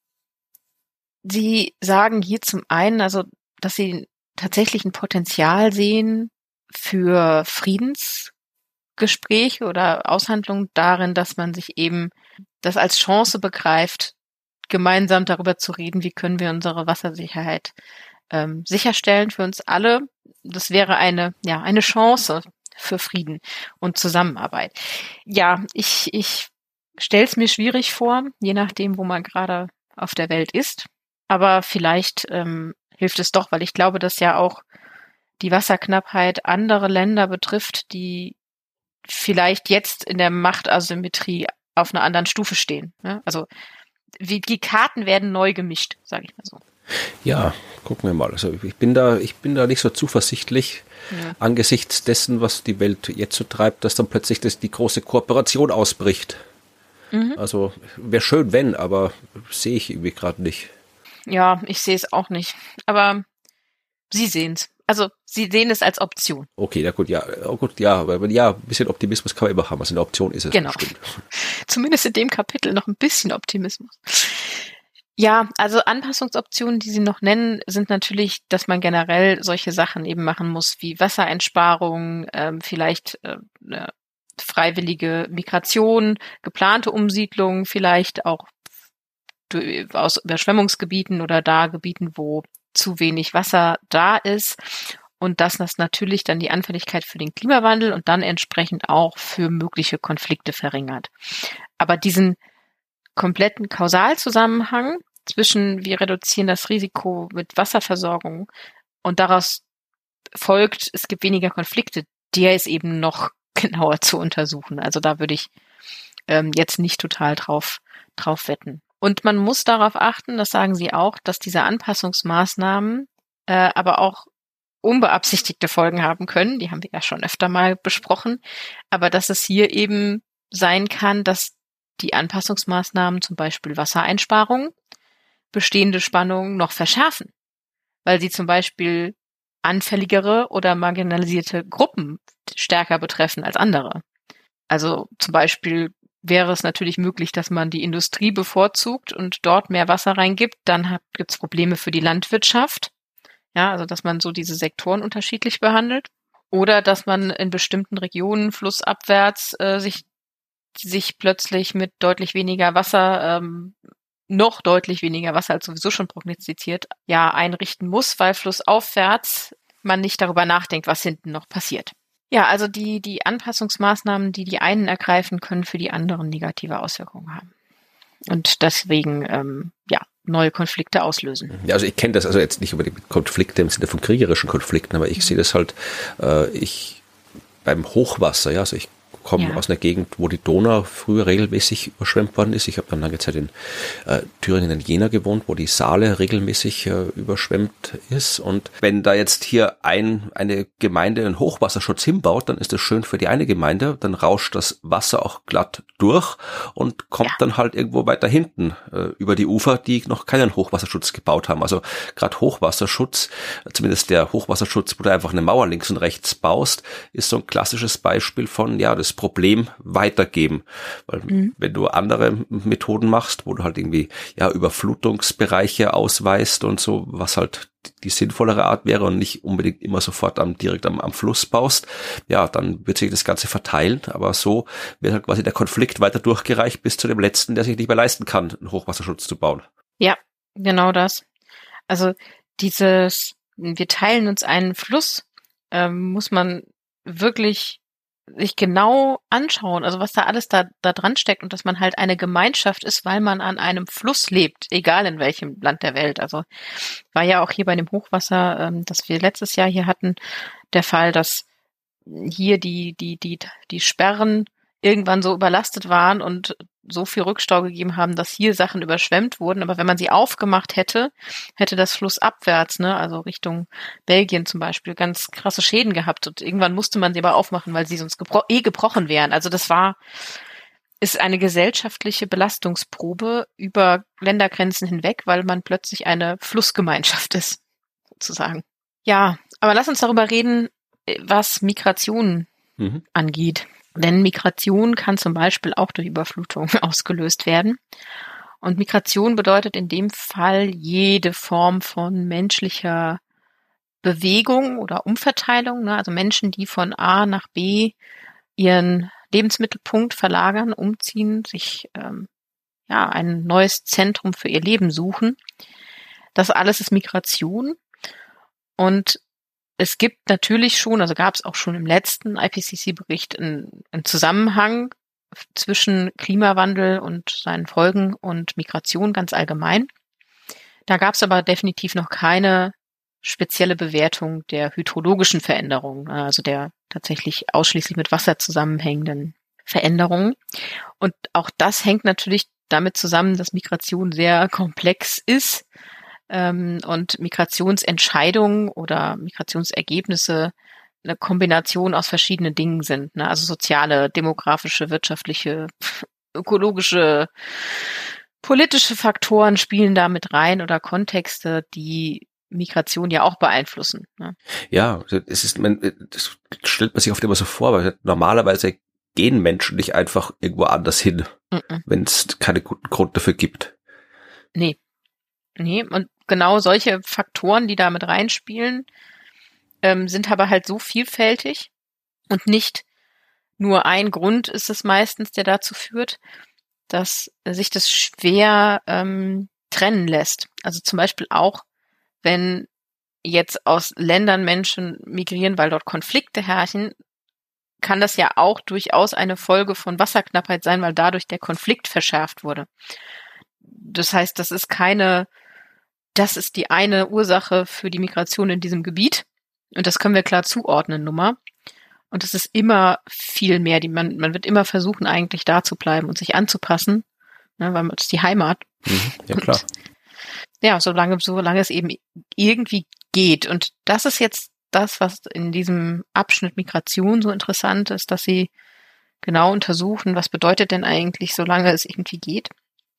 sie sagen hier zum einen, also, dass sie tatsächlich ein Potenzial sehen für Friedensgespräche oder Aushandlungen darin, dass man sich eben das als Chance begreift, gemeinsam darüber zu reden, wie können wir unsere Wassersicherheit ähm, sicherstellen für uns alle. Das wäre eine, ja, eine Chance für Frieden und Zusammenarbeit. Ja, ich, ich stelle es mir schwierig vor, je nachdem, wo man gerade auf der Welt ist. Aber vielleicht ähm, hilft es doch, weil ich glaube, dass ja auch die Wasserknappheit andere Länder betrifft, die vielleicht jetzt in der Machtasymmetrie auf einer anderen Stufe stehen. Ne? Also wie, die Karten werden neu gemischt, sage ich mal so. Ja, gucken wir mal. Also ich bin da, ich bin da nicht so zuversichtlich ja. angesichts dessen, was die Welt jetzt so treibt, dass dann plötzlich das, die große Kooperation ausbricht. Mhm. Also wäre schön, wenn, aber sehe ich irgendwie gerade nicht. Ja, ich sehe es auch nicht. Aber Sie sehen es. Also Sie sehen es als Option. Okay, na gut, ja, oh gut, ja, aber ja, ein bisschen Optimismus kann man immer haben. Also eine Option ist es. Genau. Bestimmt. Zumindest in dem Kapitel noch ein bisschen Optimismus. Ja, also Anpassungsoptionen, die Sie noch nennen, sind natürlich, dass man generell solche Sachen eben machen muss, wie Wassereinsparung, ähm, vielleicht äh, eine freiwillige Migration, geplante Umsiedlung, vielleicht auch aus Überschwemmungsgebieten oder da Gebieten, wo zu wenig Wasser da ist. Und dass das natürlich dann die Anfälligkeit für den Klimawandel und dann entsprechend auch für mögliche Konflikte verringert. Aber diesen kompletten Kausalzusammenhang zwischen wir reduzieren das Risiko mit Wasserversorgung und daraus folgt, es gibt weniger Konflikte, der ist eben noch genauer zu untersuchen. Also da würde ich ähm, jetzt nicht total drauf, drauf wetten. Und man muss darauf achten, das sagen Sie auch, dass diese Anpassungsmaßnahmen äh, aber auch unbeabsichtigte Folgen haben können. Die haben wir ja schon öfter mal besprochen. Aber dass es hier eben sein kann, dass die Anpassungsmaßnahmen, zum Beispiel Wassereinsparung, bestehende Spannungen noch verschärfen, weil sie zum Beispiel anfälligere oder marginalisierte Gruppen stärker betreffen als andere. Also zum Beispiel wäre es natürlich möglich, dass man die Industrie bevorzugt und dort mehr Wasser reingibt. Dann gibt es Probleme für die Landwirtschaft. Ja, also dass man so diese Sektoren unterschiedlich behandelt. Oder dass man in bestimmten Regionen flussabwärts äh, sich sich plötzlich mit deutlich weniger Wasser, ähm, noch deutlich weniger Wasser als sowieso schon prognostiziert, ja, einrichten muss, weil flussaufwärts man nicht darüber nachdenkt, was hinten noch passiert. Ja, also die, die Anpassungsmaßnahmen, die die einen ergreifen, können für die anderen negative Auswirkungen haben. Und deswegen, ähm, ja, neue Konflikte auslösen. Ja, also ich kenne das also jetzt nicht über die Konflikte im Sinne von kriegerischen Konflikten, aber ich mhm. sehe das halt, äh, ich beim Hochwasser, ja, also ich komme ja. aus einer Gegend, wo die Donau früher regelmäßig überschwemmt worden ist. Ich habe dann lange Zeit in äh, Thüringen in Jena gewohnt, wo die Saale regelmäßig äh, überschwemmt ist. Und wenn da jetzt hier ein eine Gemeinde einen Hochwasserschutz hinbaut, dann ist das schön für die eine Gemeinde. Dann rauscht das Wasser auch glatt durch und kommt ja. dann halt irgendwo weiter hinten äh, über die Ufer, die noch keinen Hochwasserschutz gebaut haben. Also gerade Hochwasserschutz, zumindest der Hochwasserschutz, wo du einfach eine Mauer links und rechts baust, ist so ein klassisches Beispiel von, ja, das Problem weitergeben. Weil mhm. wenn du andere Methoden machst, wo du halt irgendwie ja Überflutungsbereiche ausweist und so, was halt die sinnvollere Art wäre und nicht unbedingt immer sofort am, direkt am, am Fluss baust, ja, dann wird sich das Ganze verteilen. Aber so wird halt quasi der Konflikt weiter durchgereicht bis zu dem Letzten, der sich nicht mehr leisten kann, einen Hochwasserschutz zu bauen. Ja, genau das. Also dieses, wir teilen uns einen Fluss, ähm, muss man wirklich sich genau anschauen, also was da alles da, da dran steckt und dass man halt eine Gemeinschaft ist, weil man an einem Fluss lebt, egal in welchem Land der Welt. Also war ja auch hier bei dem Hochwasser, ähm, das wir letztes Jahr hier hatten, der Fall, dass hier die, die, die, die Sperren irgendwann so überlastet waren und so viel Rückstau gegeben haben, dass hier Sachen überschwemmt wurden. Aber wenn man sie aufgemacht hätte, hätte das flussabwärts, ne, also Richtung Belgien zum Beispiel, ganz krasse Schäden gehabt. Und irgendwann musste man sie aber aufmachen, weil sie sonst gebro- eh gebrochen wären. Also das war, ist eine gesellschaftliche Belastungsprobe über Ländergrenzen hinweg, weil man plötzlich eine Flussgemeinschaft ist, sozusagen. Ja, aber lass uns darüber reden, was Migration mhm. angeht. Denn Migration kann zum Beispiel auch durch Überflutung ausgelöst werden. Und Migration bedeutet in dem Fall jede Form von menschlicher Bewegung oder Umverteilung, ne? Also Menschen, die von A nach B ihren Lebensmittelpunkt verlagern, umziehen, sich ähm, ja ein neues Zentrum für ihr Leben suchen. Das alles ist Migration. Und es gibt natürlich schon, also gab es auch schon im letzten I P C C-Bericht einen, einen Zusammenhang zwischen Klimawandel und seinen Folgen und Migration ganz allgemein. Da gab es aber definitiv noch keine spezielle Bewertung der hydrologischen Veränderungen, also der tatsächlich ausschließlich mit Wasser zusammenhängenden Veränderungen. Und auch das hängt natürlich damit zusammen, dass Migration sehr komplex ist. Und Migrationsentscheidungen oder Migrationsergebnisse eine Kombination aus verschiedenen Dingen sind, ne? Also soziale, demografische, wirtschaftliche, ökologische, politische Faktoren spielen da mit rein oder Kontexte, die Migration ja auch beeinflussen, ne? Ja, es ist, man, das stellt man sich oft immer so vor, weil normalerweise gehen Menschen nicht einfach irgendwo anders hin, mhm. wenn es keinen guten Grund dafür gibt. Nee. Nee, und genau solche Faktoren, die da mit reinspielen, ähm, sind aber halt so vielfältig und nicht nur ein Grund ist es meistens, der dazu führt, dass sich das schwer ähm, trennen lässt. Also zum Beispiel auch, wenn jetzt aus Ländern Menschen migrieren, weil dort Konflikte herrschen, kann das ja auch durchaus eine Folge von Wasserknappheit sein, weil dadurch der Konflikt verschärft wurde. Das heißt, das ist keine Das ist die eine Ursache für die Migration in diesem Gebiet. Und das können wir klar zuordnen, Nummer. Und es ist immer viel mehr. Die, man, man wird immer versuchen, eigentlich da zu bleiben und sich anzupassen, ne, weil das ist die Heimat. Mhm, ja, klar. Und, ja, solange, solange es eben irgendwie geht. Und das ist jetzt das, was in diesem Abschnitt Migration so interessant ist, dass sie genau untersuchen, was bedeutet denn eigentlich, solange es irgendwie geht.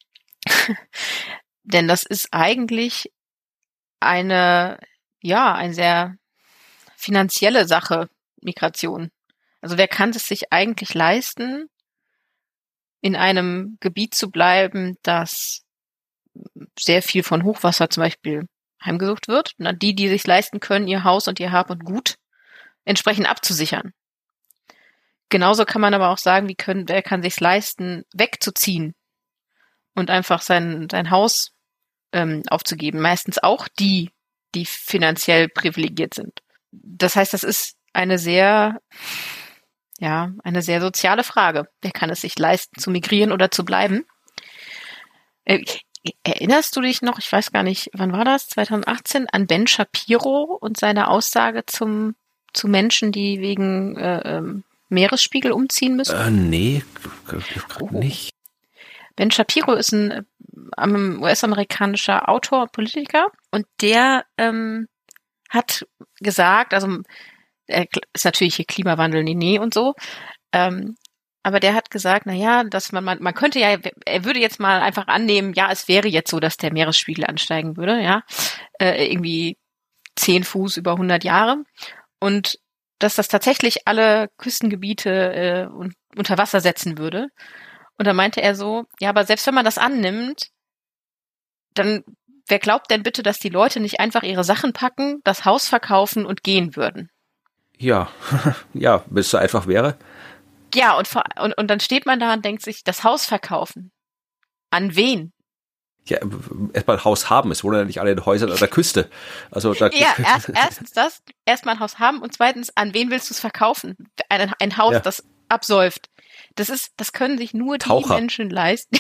Denn das ist eigentlich eine, ja, eine sehr finanzielle Sache, Migration. Also wer kann es sich eigentlich leisten, in einem Gebiet zu bleiben, das sehr viel von Hochwasser zum Beispiel heimgesucht wird? Na, die, die sich leisten können, ihr Haus und ihr Hab und Gut entsprechend abzusichern. Genauso kann man aber auch sagen, wie können, wer kann sich leisten, wegzuziehen und einfach sein, sein Haus ähm, aufzugeben. Meistens auch die, die finanziell privilegiert sind. Das heißt, das ist eine sehr, ja, eine sehr soziale Frage. Wer kann es sich leisten, zu migrieren oder zu bleiben? Äh, erinnerst du dich noch, ich weiß gar nicht, wann war das? zwanzig achtzehn, an Ben Shapiro und seine Aussage zum, zu Menschen, die wegen äh, ähm, Meeresspiegel umziehen müssen? Äh, nee, gerade oh. nicht. Ben Shapiro ist ein ähm, U S-amerikanischer Autor und Politiker und der ähm, hat gesagt, also er ist natürlich hier Klimawandel, nee, nee und so, ähm, aber der hat gesagt, na ja, dass man, man man könnte ja, er würde jetzt mal einfach annehmen, ja, es wäre jetzt so, dass der Meeresspiegel ansteigen würde, ja, äh, irgendwie zehn Fuß über hundert Jahre und dass das tatsächlich alle Küstengebiete äh, un- unter Wasser setzen würde. Und da meinte er so, ja, aber selbst wenn man das annimmt, dann wer glaubt denn bitte, dass die Leute nicht einfach ihre Sachen packen, das Haus verkaufen und gehen würden? Ja, ja, wenn es so einfach wäre. Ja, und, und, und dann steht man da und denkt sich, das Haus verkaufen. An wen? Ja, erstmal ein Haus haben. Es wohnen ja nicht alle in Häusern an der Küste. Also da ja, erst, erstens das, erstmal ein Haus haben und zweitens, an wen willst du es verkaufen? Ein, ein Haus, ja. das absäuft. Das ist, das können sich nur Taucher. die Menschen leisten.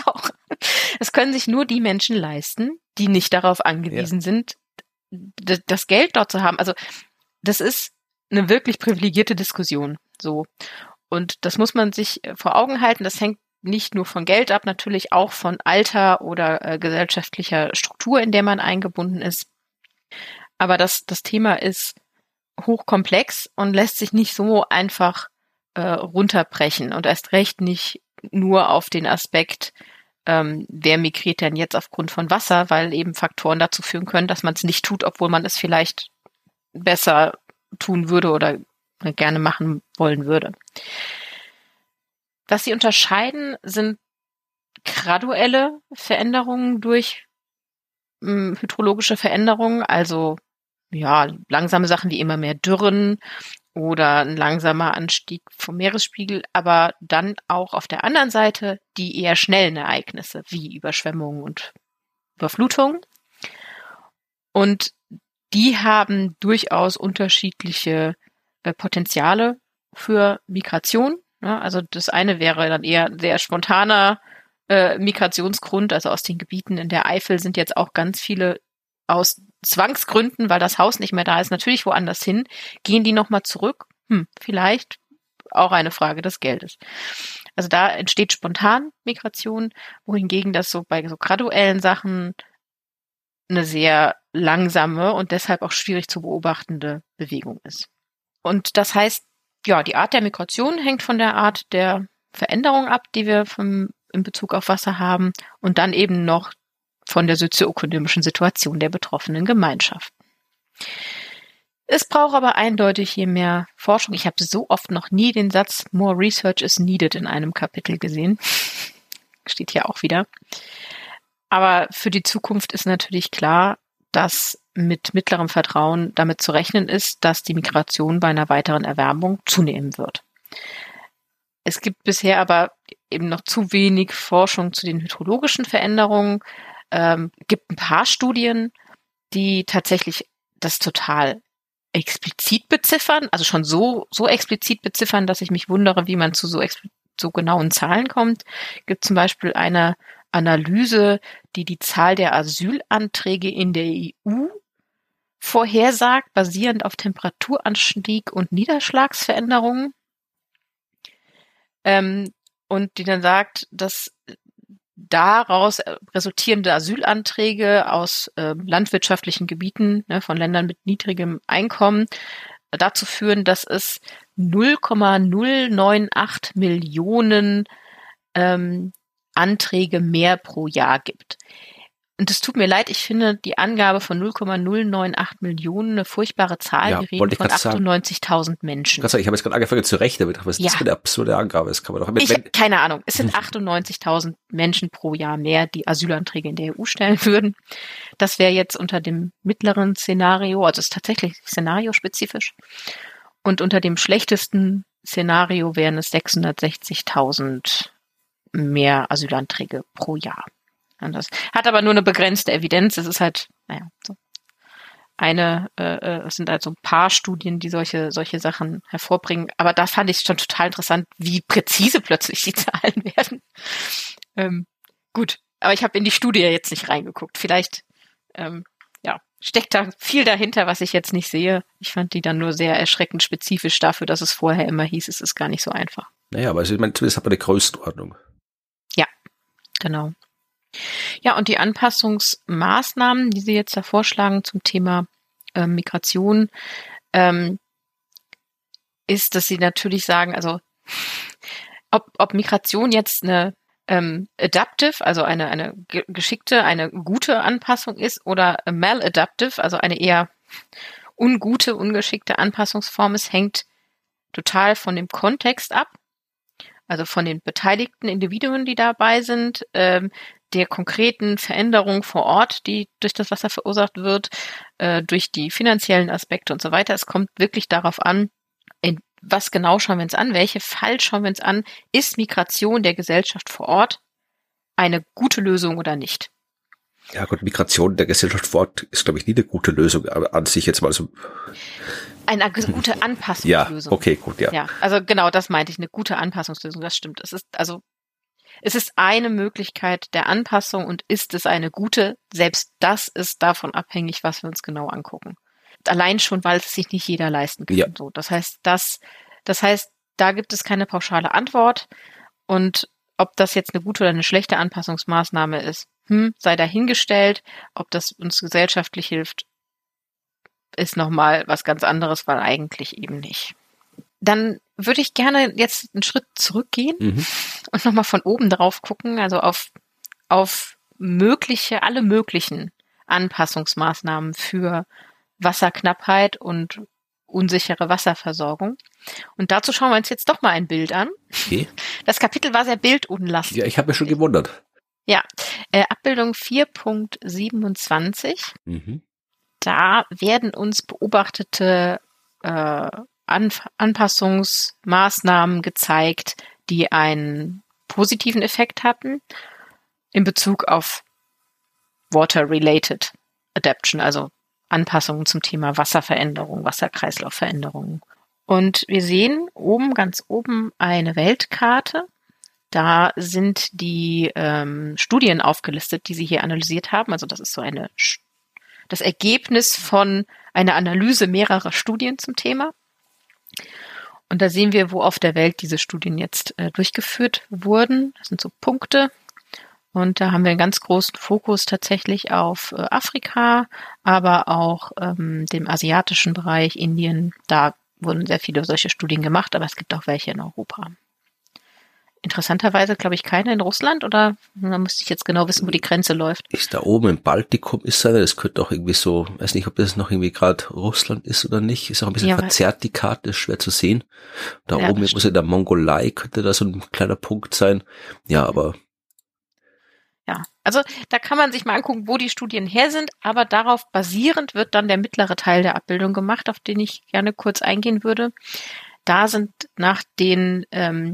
Das können sich nur die Menschen leisten, die nicht darauf angewiesen ja. sind, d- das Geld dort zu haben. Also das ist eine wirklich privilegierte Diskussion. So. Und das muss man sich vor Augen halten. Das hängt nicht nur von Geld ab, natürlich auch von Alter oder äh, gesellschaftlicher Struktur, in der man eingebunden ist. Aber das, das Thema ist hochkomplex und lässt sich nicht so einfach äh, runterbrechen und erst recht nicht nur auf den Aspekt, ähm, wer migriert denn jetzt aufgrund von Wasser, weil eben Faktoren dazu führen können, dass man es nicht tut, obwohl man es vielleicht besser tun würde oder gerne machen wollen würde. Was sie unterscheiden, sind graduelle Veränderungen durch mh, hydrologische Veränderungen, also ja, langsame Sachen wie immer mehr Dürren oder ein langsamer Anstieg vom Meeresspiegel, aber dann auch auf der anderen Seite die eher schnellen Ereignisse wie Überschwemmungen und Überflutungen. Und die haben durchaus unterschiedliche äh, Potenziale für Migration. Ja, also das eine wäre dann eher sehr spontaner äh, Migrationsgrund, also aus den Gebieten in der Eifel sind jetzt auch ganz viele aus Zwangsgründen, weil das Haus nicht mehr da ist, natürlich woanders hin. Gehen die nochmal zurück? Hm, vielleicht auch eine Frage des Geldes. Also da entsteht spontan Migration, wohingegen das so bei so graduellen Sachen eine sehr langsame und deshalb auch schwierig zu beobachtende Bewegung ist. Und das heißt, ja, die Art der Migration hängt von der Art der Veränderung ab, die wir vom, in Bezug auf Wasser haben und dann eben noch von der sozioökonomischen Situation der betroffenen Gemeinschaften. Es braucht aber eindeutig hier mehr Forschung. Ich habe so oft noch nie den Satz "More research is needed" in einem Kapitel gesehen. Steht hier auch wieder. Aber für die Zukunft ist natürlich klar, dass mit mittlerem Vertrauen damit zu rechnen ist, dass die Migration bei einer weiteren Erwärmung zunehmen wird. Es gibt bisher aber eben noch zu wenig Forschung zu den hydrologischen Veränderungen. Ähm, gibt ein paar Studien, die tatsächlich das total explizit beziffern, also schon so so explizit beziffern, dass ich mich wundere, wie man zu so, so genauen Zahlen kommt. Gibt zum Beispiel eine Analyse, die die Zahl der Asylanträge in der E U vorhersagt, basierend auf Temperaturanstieg und Niederschlagsveränderungen. Ähm, und die dann sagt, dass daraus resultierende Asylanträge aus äh, landwirtschaftlichen Gebieten, ne, von Ländern mit niedrigem Einkommen dazu führen, dass es null Komma null neun acht Millionen ähm, Anträge mehr pro Jahr gibt. Und es tut mir leid, ich finde die Angabe von null Komma null neun acht Millionen eine furchtbare Zahl. Ja, Wir reden von achtundneunzigtausend Menschen. Ich habe jetzt gerade angefangen zu rechnen, aber was ist ja. das für eine absurde Angabe? Das kann man doch mit, ich habe keine Ahnung. Es sind achtundneunzigtausend Menschen pro Jahr mehr, die Asylanträge in der E U stellen würden. Das wäre jetzt unter dem mittleren Szenario, also es ist tatsächlich szenariospezifisch. Und unter dem schlechtesten Szenario wären es sechshundertsechzigtausend mehr Asylanträge pro Jahr. Und das hat aber nur eine begrenzte Evidenz. Es ist halt, naja, so eine, äh, es sind halt so ein paar Studien, die solche solche Sachen hervorbringen. Aber da fand ich es schon total interessant, wie präzise plötzlich die Zahlen werden. Ähm, gut, aber ich habe in die Studie jetzt nicht reingeguckt. Vielleicht, ähm, ja, steckt da viel dahinter, was ich jetzt nicht sehe. Ich fand die dann nur sehr erschreckend spezifisch dafür, dass es vorher immer hieß, es ist gar nicht so einfach. Naja, aber also, ich meine, zumindest hat man eine Größenordnung. Ja, genau. Ja, und die Anpassungsmaßnahmen, die Sie jetzt da vorschlagen zum Thema äh, Migration, ähm, ist, dass Sie natürlich sagen, also ob, ob Migration jetzt eine ähm, adaptive, also eine, eine ge- geschickte, eine gute Anpassung ist oder maladaptive, also eine eher ungute, ungeschickte Anpassungsform ist, hängt total von dem Kontext ab, also von den beteiligten Individuen, die dabei sind, ähm, der konkreten Veränderung vor Ort, die durch das Wasser verursacht wird, äh, durch die finanziellen Aspekte und so weiter. Es kommt wirklich darauf an, in was genau schauen wir uns an, welche Fall schauen wir uns an, ist Migration der Gesellschaft vor Ort eine gute Lösung oder nicht? Ja gut, Migration der Gesellschaft fort ist, glaube ich, nie eine gute Lösung an sich jetzt mal so. Eine gute Anpassungslösung. Ja, okay, gut, ja. Ja, also genau das meinte ich, eine gute Anpassungslösung, das stimmt. Es ist also, es ist eine Möglichkeit der Anpassung und ist es eine gute? Selbst das ist davon abhängig, was wir uns genau angucken. Allein schon, weil es sich nicht jeder leisten kann. Ja. So, das heißt, das, das heißt, da gibt es keine pauschale Antwort und ob das jetzt eine gute oder eine schlechte Anpassungsmaßnahme ist, hm, sei dahingestellt. Ob das uns gesellschaftlich hilft, ist nochmal was ganz anderes, weil eigentlich eben nicht. Dann würde ich gerne jetzt einen Schritt zurückgehen Mhm. und nochmal von oben drauf gucken, also auf, auf mögliche, alle möglichen Anpassungsmaßnahmen für Wasserknappheit und unsichere Wasserversorgung. Und dazu schauen wir uns jetzt doch mal ein Bild an. Okay. Das Kapitel war sehr bildunlastig. Ja, ich habe mich schon gewundert. Ja, äh, Abbildung vier Punkt siebenundzwanzig. Mhm. Da werden uns beobachtete äh, An- Anpassungsmaßnahmen gezeigt, die einen positiven Effekt hatten in Bezug auf Water-related Adaption, also Anpassungen zum Thema Wasserveränderung, Wasserkreislaufveränderungen. Und wir sehen oben, ganz oben, eine Weltkarte. Da sind die ähm, Studien aufgelistet, die Sie hier analysiert haben. Also das ist so eine das Ergebnis von einer Analyse mehrerer Studien zum Thema. Und da sehen wir, wo auf der Welt diese Studien jetzt äh, durchgeführt wurden. Das sind so Punkte. Und da haben wir einen ganz großen Fokus tatsächlich auf äh, Afrika, aber auch ähm, dem asiatischen Bereich, Indien. Da wurden sehr viele solche Studien gemacht, aber es gibt auch welche in Europa. Interessanterweise, glaube ich, keine in Russland, oder da müsste ich jetzt genau wissen, wo die Grenze läuft. Ist da oben im Baltikum ist eine, das könnte auch irgendwie so, weiß nicht, ob das noch irgendwie gerade Russland ist oder nicht, ist auch ein bisschen Ja, verzerrt, die Karte, ist schwer zu sehen. Da Ja, oben das muss in der Mongolei, könnte da so ein kleiner Punkt sein. Ja, aber Ja, also da kann man sich mal angucken, wo die Studien her sind, aber darauf basierend wird dann der mittlere Teil der Abbildung gemacht, auf den ich gerne kurz eingehen würde. Da sind nach den ähm,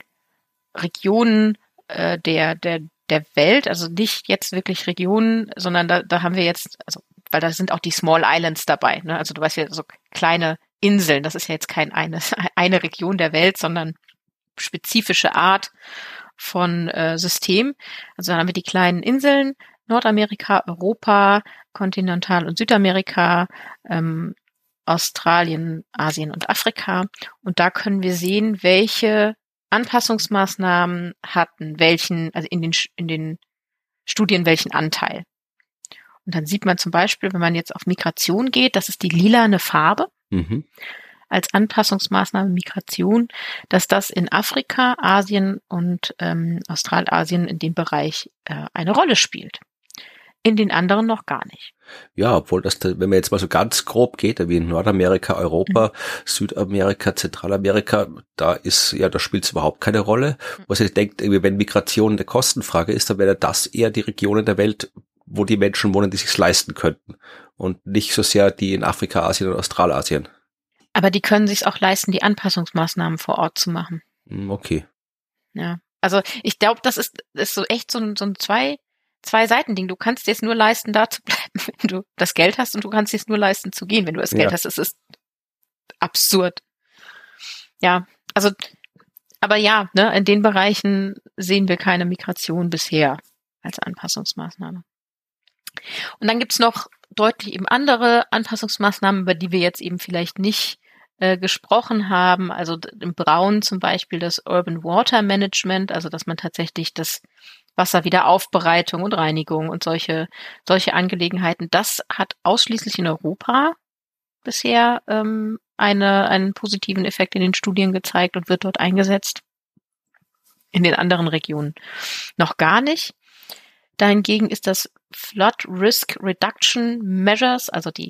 Regionen äh, der, der, der Welt, also nicht jetzt wirklich Regionen, sondern da, da haben wir jetzt, also weil da sind auch die Small Islands dabei, ne? Also du weißt ja, so kleine Inseln, das ist ja jetzt kein eine, eine Region der Welt, sondern spezifische Art von äh, System. Also dann haben wir die kleinen Inseln, Nordamerika, Europa, Kontinental- und Südamerika, ähm, Australien, Asien und Afrika. Und da können wir sehen, welche Anpassungsmaßnahmen hatten welchen, also in den, in den Studien welchen Anteil. Und dann sieht man zum Beispiel, wenn man jetzt auf Migration geht, das ist die lilane Farbe, mhm. als Anpassungsmaßnahme Migration, dass das in Afrika, Asien und ähm, Australasien in dem Bereich äh, eine Rolle spielt. In den anderen noch gar nicht. Ja, obwohl das, wenn man jetzt mal so ganz grob geht, wie in Nordamerika, Europa, Mhm. Südamerika, Zentralamerika, da ist, ja, da spielt es überhaupt keine Rolle. Was ich denke, irgendwie, wenn Migration eine Kostenfrage ist, dann wäre das eher die Regionen der Welt, wo die Menschen wohnen, die sich's leisten könnten. Und nicht so sehr die in Afrika, Asien und Australasien. Aber die können sich auch leisten, die Anpassungsmaßnahmen vor Ort zu machen. Okay. Ja, also ich glaube, das ist, ist so echt so ein, so ein zwei, zwei Seiten-Ding. Du kannst dir es nur leisten, da zu bleiben, wenn du das Geld hast, und du kannst dir es nur leisten, zu gehen, wenn du das Geld Ja. hast. Es ist absurd. Ja, also, aber ja, ne, in den Bereichen sehen wir keine Migration bisher als Anpassungsmaßnahme. Und dann gibt's noch deutlich eben andere Anpassungsmaßnahmen, über die wir jetzt eben vielleicht nicht äh, gesprochen haben. Also im Braun zum Beispiel das Urban Water Management, also dass man tatsächlich das Wasserwiederaufbereitung und Reinigung und solche solche Angelegenheiten, das hat ausschließlich in Europa bisher ähm, eine einen positiven Effekt in den Studien gezeigt und wird dort eingesetzt. In den anderen Regionen noch gar nicht. Dahingegen ist das Flood Risk Reduction Measures, also die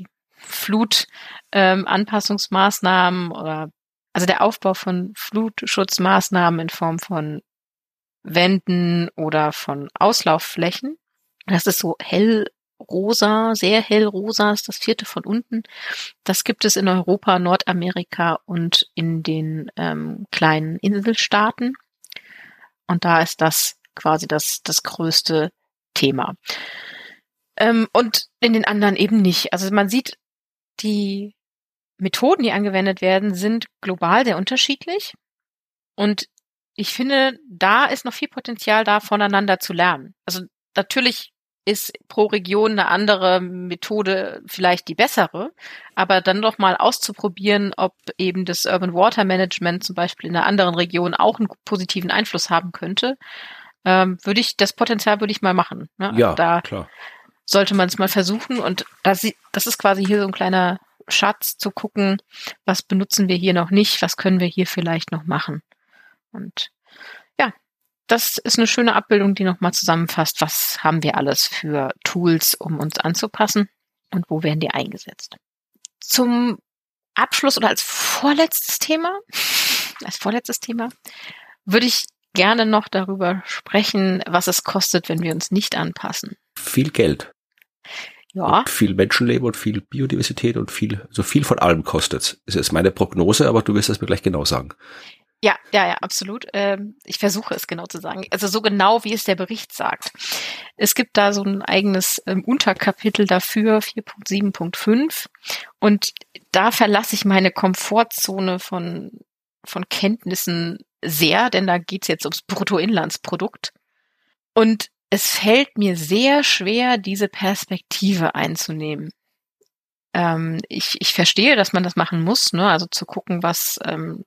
Flutanpassungsmaßnahmen ähm, oder also der Aufbau von Flutschutzmaßnahmen in Form von Wänden oder von Auslaufflächen. Das ist so hellrosa, sehr hellrosa, ist das vierte von unten. Das gibt es in Europa, Nordamerika und in den ähm, kleinen Inselstaaten. Und da ist das quasi das, das größte Thema. Ähm, und in den anderen eben nicht. Also man sieht, die Methoden, die angewendet werden, sind global sehr unterschiedlich. Und ich finde, da ist noch viel Potenzial da, voneinander zu lernen. Also natürlich ist pro Region eine andere Methode vielleicht die bessere, aber dann doch mal auszuprobieren, ob eben das Urban Water Management zum Beispiel in einer anderen Region auch einen positiven Einfluss haben könnte, ähm, würde ich, das Potenzial würde ich mal machen. Ne? Ja, da klar. sollte man es mal versuchen und das, das ist quasi hier so ein kleiner Schatz zu gucken, was benutzen wir hier noch nicht, was können wir hier vielleicht noch machen. Und ja, das ist eine schöne Abbildung, die nochmal zusammenfasst, was haben wir alles für Tools, um uns anzupassen und wo werden die eingesetzt. Zum Abschluss oder als vorletztes Thema, als vorletztes Thema, würde ich gerne noch darüber sprechen, was es kostet, wenn wir uns nicht anpassen. Viel Geld. Ja. Und viel Menschenleben und viel Biodiversität und viel, so viel von allem kostet. Das ist meine Prognose, aber du wirst das mir gleich genau sagen. Ja, ja, ja, absolut. Ähm, ich versuche es genau zu sagen. Also so genau, wie es der Bericht sagt. Es gibt da so ein eigenes ähm, Unterkapitel dafür, vier Punkt sieben Punkt fünf. Und da verlasse ich meine Komfortzone von, von Kenntnissen sehr, denn da geht's jetzt ums Bruttoinlandsprodukt. Und es fällt mir sehr schwer, diese Perspektive einzunehmen. Ähm, ich, ich verstehe, dass man das machen muss, ne? Also zu gucken, was, ähm,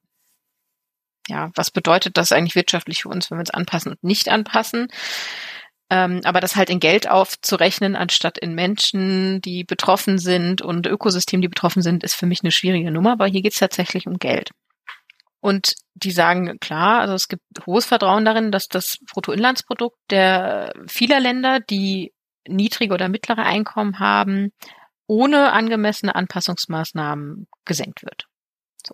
ja, was bedeutet das eigentlich wirtschaftlich für uns, wenn wir uns anpassen und nicht anpassen. Ähm, aber das halt in Geld aufzurechnen, anstatt in Menschen, die betroffen sind und Ökosystemen, die betroffen sind, ist für mich eine schwierige Nummer, aber hier geht's tatsächlich um Geld. Und die sagen, klar, also es gibt hohes Vertrauen darin, dass das Bruttoinlandsprodukt der vieler Länder, die niedrige oder mittlere Einkommen haben, ohne angemessene Anpassungsmaßnahmen gesenkt wird. So.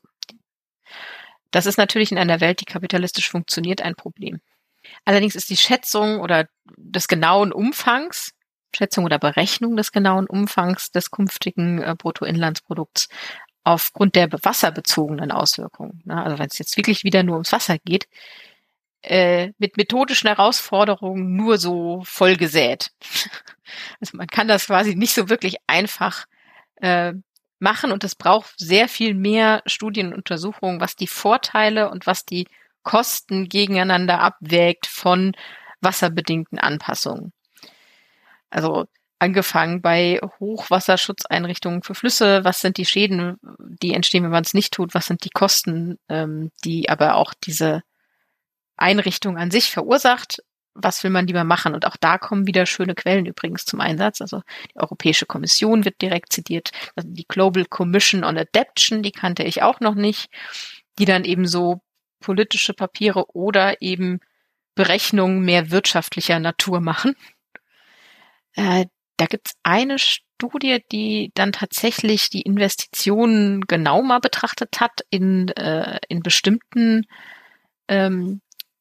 Das ist natürlich in einer Welt, die kapitalistisch funktioniert, ein Problem. Allerdings ist die Schätzung oder des genauen Umfangs, Schätzung oder Berechnung des genauen Umfangs des künftigen äh, Bruttoinlandsprodukts aufgrund der wasserbezogenen Auswirkungen, ne, also wenn es jetzt wirklich wieder nur ums Wasser geht, äh, mit methodischen Herausforderungen nur so voll gesät. Also man kann das quasi nicht so wirklich einfach äh, machen und es braucht sehr viel mehr Studien und Untersuchungen, was die Vorteile und was die Kosten gegeneinander abwägt von wasserbedingten Anpassungen. Also angefangen bei Hochwasserschutzeinrichtungen für Flüsse, was sind die Schäden, die entstehen, wenn man es nicht tut, was sind die Kosten, ähm, die aber auch diese Einrichtung an sich verursacht, was will man lieber machen? Und auch da kommen wieder schöne Quellen übrigens zum Einsatz. Also die Europäische Kommission wird direkt zitiert, also die Global Commission on Adaptation, die kannte ich auch noch nicht, die dann eben so politische Papiere oder eben Berechnungen mehr wirtschaftlicher Natur machen. Äh, Da gibt's eine Studie, die dann tatsächlich die Investitionen genau mal betrachtet hat in, äh, in bestimmten ähm,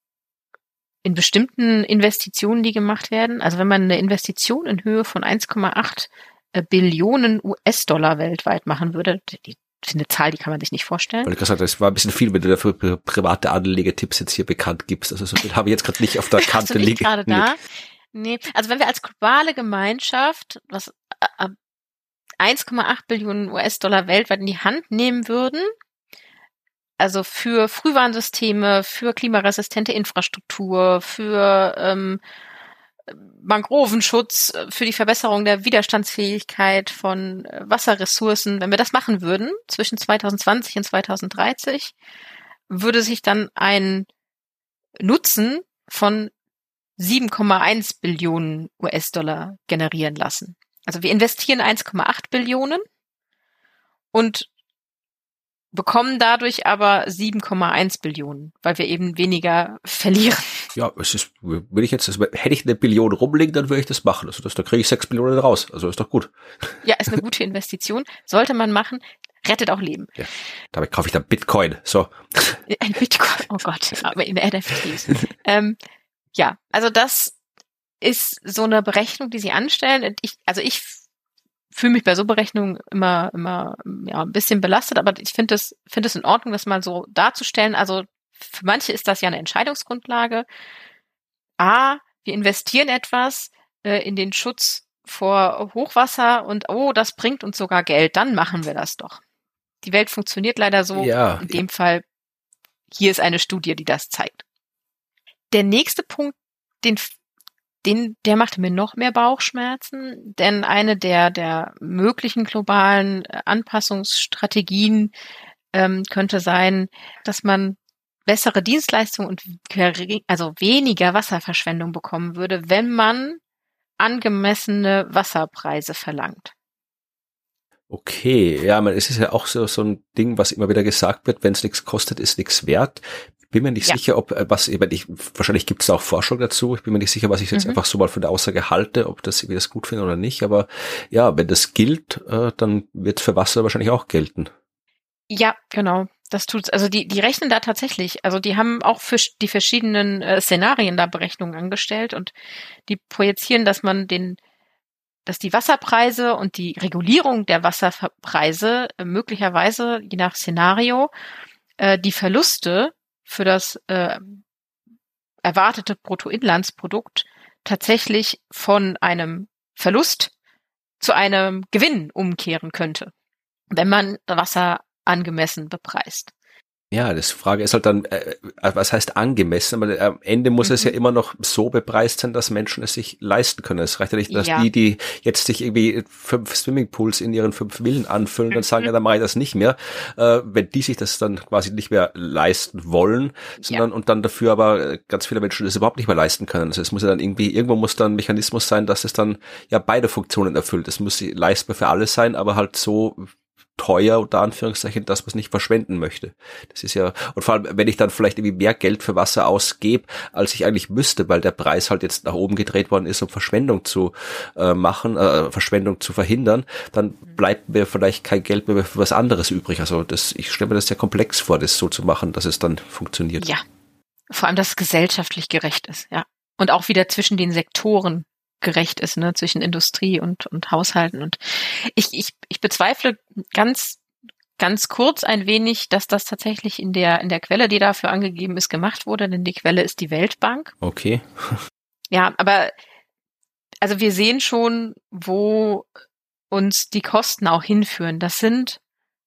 in bestimmten Investitionen, die gemacht werden. Also wenn man eine Investition in Höhe von eins Komma acht Billionen U S-Dollar weltweit machen würde, die eine Zahl, die kann man sich nicht vorstellen. Weil ich gesagt habe, das war ein bisschen viel, wenn du dafür private Anlegetipps jetzt hier bekannt gibst. Also so habe ich jetzt gerade nicht auf der Kante liegen. Hast du nicht gerade da? Nee, also wenn wir als globale Gemeinschaft was äh, eins Komma acht Billionen U S-Dollar weltweit in die Hand nehmen würden, also für Frühwarnsysteme, für klimaresistente Infrastruktur, für ähm, Mangrovenschutz, für die Verbesserung der Widerstandsfähigkeit von äh, Wasserressourcen, wenn wir das machen würden, zwischen zwanzig zwanzig und zwanzig dreißig, würde sich dann ein Nutzen von sieben Komma eins Billionen U S-Dollar generieren lassen. Also wir investieren eins Komma acht Billionen und bekommen dadurch aber sieben Komma eins Billionen, weil wir eben weniger verlieren. Ja, es ist, wenn ich jetzt, also hätte ich eine Billion rumliegen, dann würde ich das machen. Also das, da kriege ich sechs Billionen raus. Also ist doch gut. Ja, ist eine gute Investition. Sollte man machen. Rettet auch Leben. Ja, damit kaufe ich dann Bitcoin. So. Ein Bitcoin, oh Gott, aber in N F Ts. ähm, ja, also das ist so eine Berechnung, die sie anstellen. Und ich, also ich fühle mich bei so Berechnungen immer, immer, ja, ein bisschen belastet, aber ich finde es, finde es in Ordnung, das mal so darzustellen. Also für manche ist das ja eine Entscheidungsgrundlage. A, wir investieren etwas äh, in den Schutz vor Hochwasser und oh, das bringt uns sogar Geld, dann machen wir das doch. Die Welt funktioniert leider so. Ja. In dem Fall, hier ist eine Studie, die das zeigt. Der nächste Punkt, den, den, der machte mir noch mehr Bauchschmerzen, denn eine der, der möglichen globalen Anpassungsstrategien ähm, könnte sein, dass man bessere Dienstleistungen und also weniger Wasserverschwendung bekommen würde, wenn man angemessene Wasserpreise verlangt. Okay, ja, man, es ist ja auch so, so ein Ding, was immer wieder gesagt wird, wenn es nichts kostet, ist nichts wert. Ich bin mir nicht ja. sicher, ob, was, ich, ich, wahrscheinlich gibt es auch Forschung dazu, ich bin mir nicht sicher, was ich jetzt mhm. einfach so mal von der Aussage halte, ob das, wie das gut finde oder nicht, aber ja, wenn das gilt, äh, dann wird es für Wasser wahrscheinlich auch gelten. Ja, genau. Das tut's. Also die, die rechnen da tatsächlich. Also die haben auch für die verschiedenen äh, Szenarien da Berechnungen angestellt und die projizieren, dass man den, dass die Wasserpreise und die Regulierung der Wasserpreise äh, möglicherweise, je nach Szenario, äh, die Verluste für das äh, erwartete Bruttoinlandsprodukt tatsächlich von einem Verlust zu einem Gewinn umkehren könnte, wenn man Wasser angemessen bepreist. Ja, das Frage ist halt dann, äh, was heißt angemessen? Aber am Ende muss mhm. es ja immer noch so bepreist sein, dass Menschen es sich leisten können. Es reicht ja nicht, dass ja. die, die jetzt sich irgendwie fünf Swimmingpools in ihren fünf Villen anfüllen, dann sagen, ja, dann mache ich das nicht mehr. Äh, wenn die sich das dann quasi nicht mehr leisten wollen, sondern ja. und dann dafür aber ganz viele Menschen das überhaupt nicht mehr leisten können. Also es muss ja dann irgendwie, irgendwo muss dann ein Mechanismus sein, dass es dann ja beide Funktionen erfüllt. Es muss leistbar für alle sein, aber halt so teuer, unter Anführungszeichen, dass man es nicht verschwenden möchte. Das ist ja, und vor allem, wenn ich dann vielleicht irgendwie mehr Geld für Wasser ausgebe, als ich eigentlich müsste, weil der Preis halt jetzt nach oben gedreht worden ist, um Verschwendung zu äh, machen, äh, Verschwendung zu verhindern, dann bleibt mir vielleicht kein Geld mehr für was anderes übrig. Also das, ich stelle mir das sehr komplex vor, das so zu machen, dass es dann funktioniert. Ja, vor allem, dass es gesellschaftlich gerecht ist, ja. Und auch wieder zwischen den Sektoren gerecht ist, ne, zwischen Industrie und, und Haushalten. Und ich, ich, ich bezweifle ganz, ganz kurz ein wenig, dass das tatsächlich in der, in der Quelle, die dafür angegeben ist, gemacht wurde, denn die Quelle ist die Weltbank. Okay. Ja, aber, also wir sehen schon, wo uns die Kosten auch hinführen. Das sind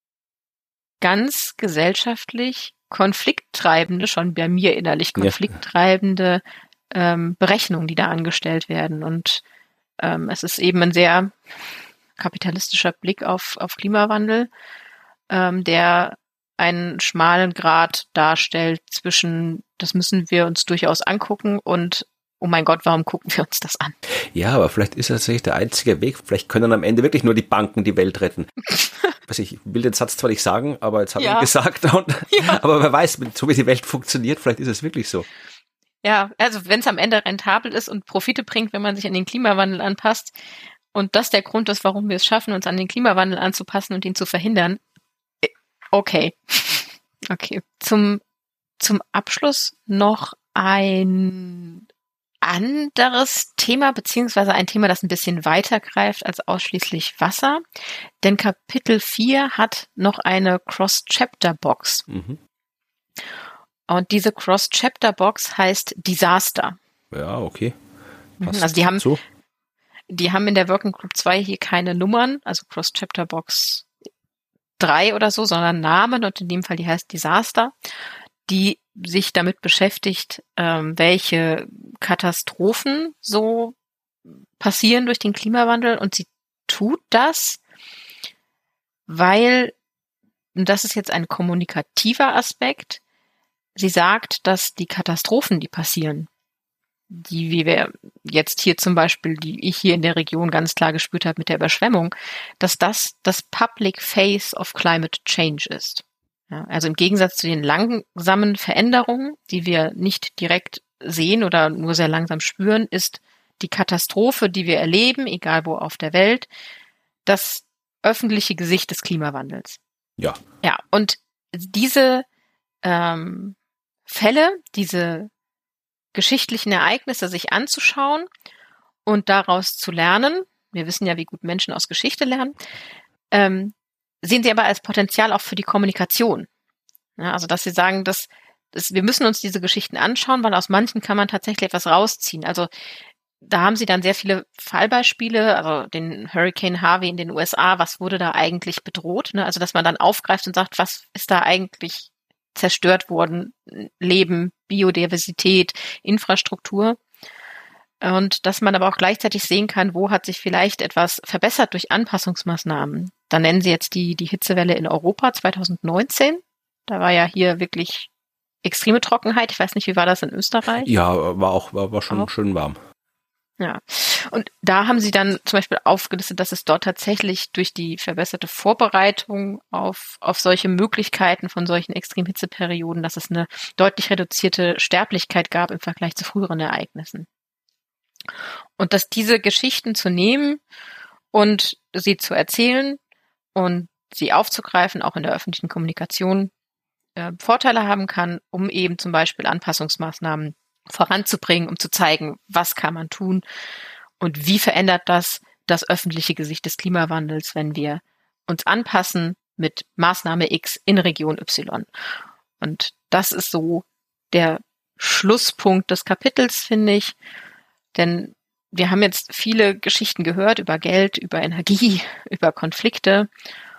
ganz gesellschaftlich konflikttreibende, schon bei mir innerlich konflikttreibende ja. Ähm, Berechnungen, die da angestellt werden. Und ähm, es ist eben ein sehr kapitalistischer Blick auf, auf Klimawandel, ähm, der einen schmalen Grat darstellt zwischen, das müssen wir uns durchaus angucken und oh mein Gott, warum gucken wir uns das an? Ja, aber vielleicht ist das tatsächlich der einzige Weg. Vielleicht können am Ende wirklich nur die Banken die Welt retten. Also ich will den Satz zwar nicht sagen, aber jetzt habe ich ja. ihn gesagt. Und, ja. Aber wer weiß, so wie die Welt funktioniert, vielleicht ist es wirklich so. Ja, also wenn es am Ende rentabel ist und Profite bringt, wenn man sich an den Klimawandel anpasst und das der Grund ist, warum wir es schaffen, uns an den Klimawandel anzupassen und ihn zu verhindern, okay. Okay. Zum, zum Abschluss noch ein anderes Thema, beziehungsweise ein Thema, das ein bisschen weiter greift als ausschließlich Wasser. Denn Kapitel vier hat noch eine Cross-Chapter-Box. Mhm. Und diese Cross-Chapter-Box heißt Disaster. Ja, okay. Passt also die haben, so. die haben in der Working Group zwei hier keine Nummern, also Cross-Chapter-Box drei oder so, sondern Namen und in dem Fall die heißt Disaster, die sich damit beschäftigt, ähm, welche Katastrophen so passieren durch den Klimawandel. Und sie tut das, weil, und das ist jetzt ein kommunikativer Aspekt, sie sagt, dass die Katastrophen, die passieren, die, wie wir jetzt hier zum Beispiel, die ich hier in der Region ganz klar gespürt habe mit der Überschwemmung, dass das das Public Face of Climate Change ist. Ja, also im Gegensatz zu den langsamen Veränderungen, die wir nicht direkt sehen oder nur sehr langsam spüren, ist die Katastrophe, die wir erleben, egal wo auf der Welt, das öffentliche Gesicht des Klimawandels. Ja. Ja, und diese ähm, Fälle, diese geschichtlichen Ereignisse sich anzuschauen und daraus zu lernen, wir wissen ja, wie gut Menschen aus Geschichte lernen, ähm, sehen sie aber als Potenzial auch für die Kommunikation. Ja, also dass sie sagen, dass, dass wir müssen uns diese Geschichten anschauen, weil aus manchen kann man tatsächlich etwas rausziehen. Also da haben sie dann sehr viele Fallbeispiele, also den Hurricane Harvey in den U S A, was wurde da eigentlich bedroht? Ne? Also dass man dann aufgreift und sagt, was ist da eigentlich zerstört worden? Leben, Biodiversität, Infrastruktur. Und dass man aber auch gleichzeitig sehen kann, wo hat sich vielleicht etwas verbessert durch Anpassungsmaßnahmen. Da nennen sie jetzt die, die Hitzewelle in Europa zwanzig neunzehn. Da war ja hier wirklich extreme Trockenheit. Ich weiß nicht, wie war das in Österreich? Ja, war auch, war, war schon auch schön warm. Ja, und da haben sie dann zum Beispiel aufgelistet, dass es dort tatsächlich durch die verbesserte Vorbereitung auf, auf solche Möglichkeiten von solchen Extremhitzeperioden, dass es eine deutlich reduzierte Sterblichkeit gab im Vergleich zu früheren Ereignissen. Und dass diese Geschichten zu nehmen und sie zu erzählen und sie aufzugreifen, auch in der öffentlichen Kommunikation, äh, Vorteile haben kann, um eben zum Beispiel Anpassungsmaßnahmen voranzubringen, um zu zeigen, was kann man tun und wie verändert das das öffentliche Gesicht des Klimawandels, wenn wir uns anpassen mit Maßnahme X in Region Y. Und das ist so der Schlusspunkt des Kapitels, finde ich, denn wir haben jetzt viele Geschichten gehört über Geld, über Energie, über Konflikte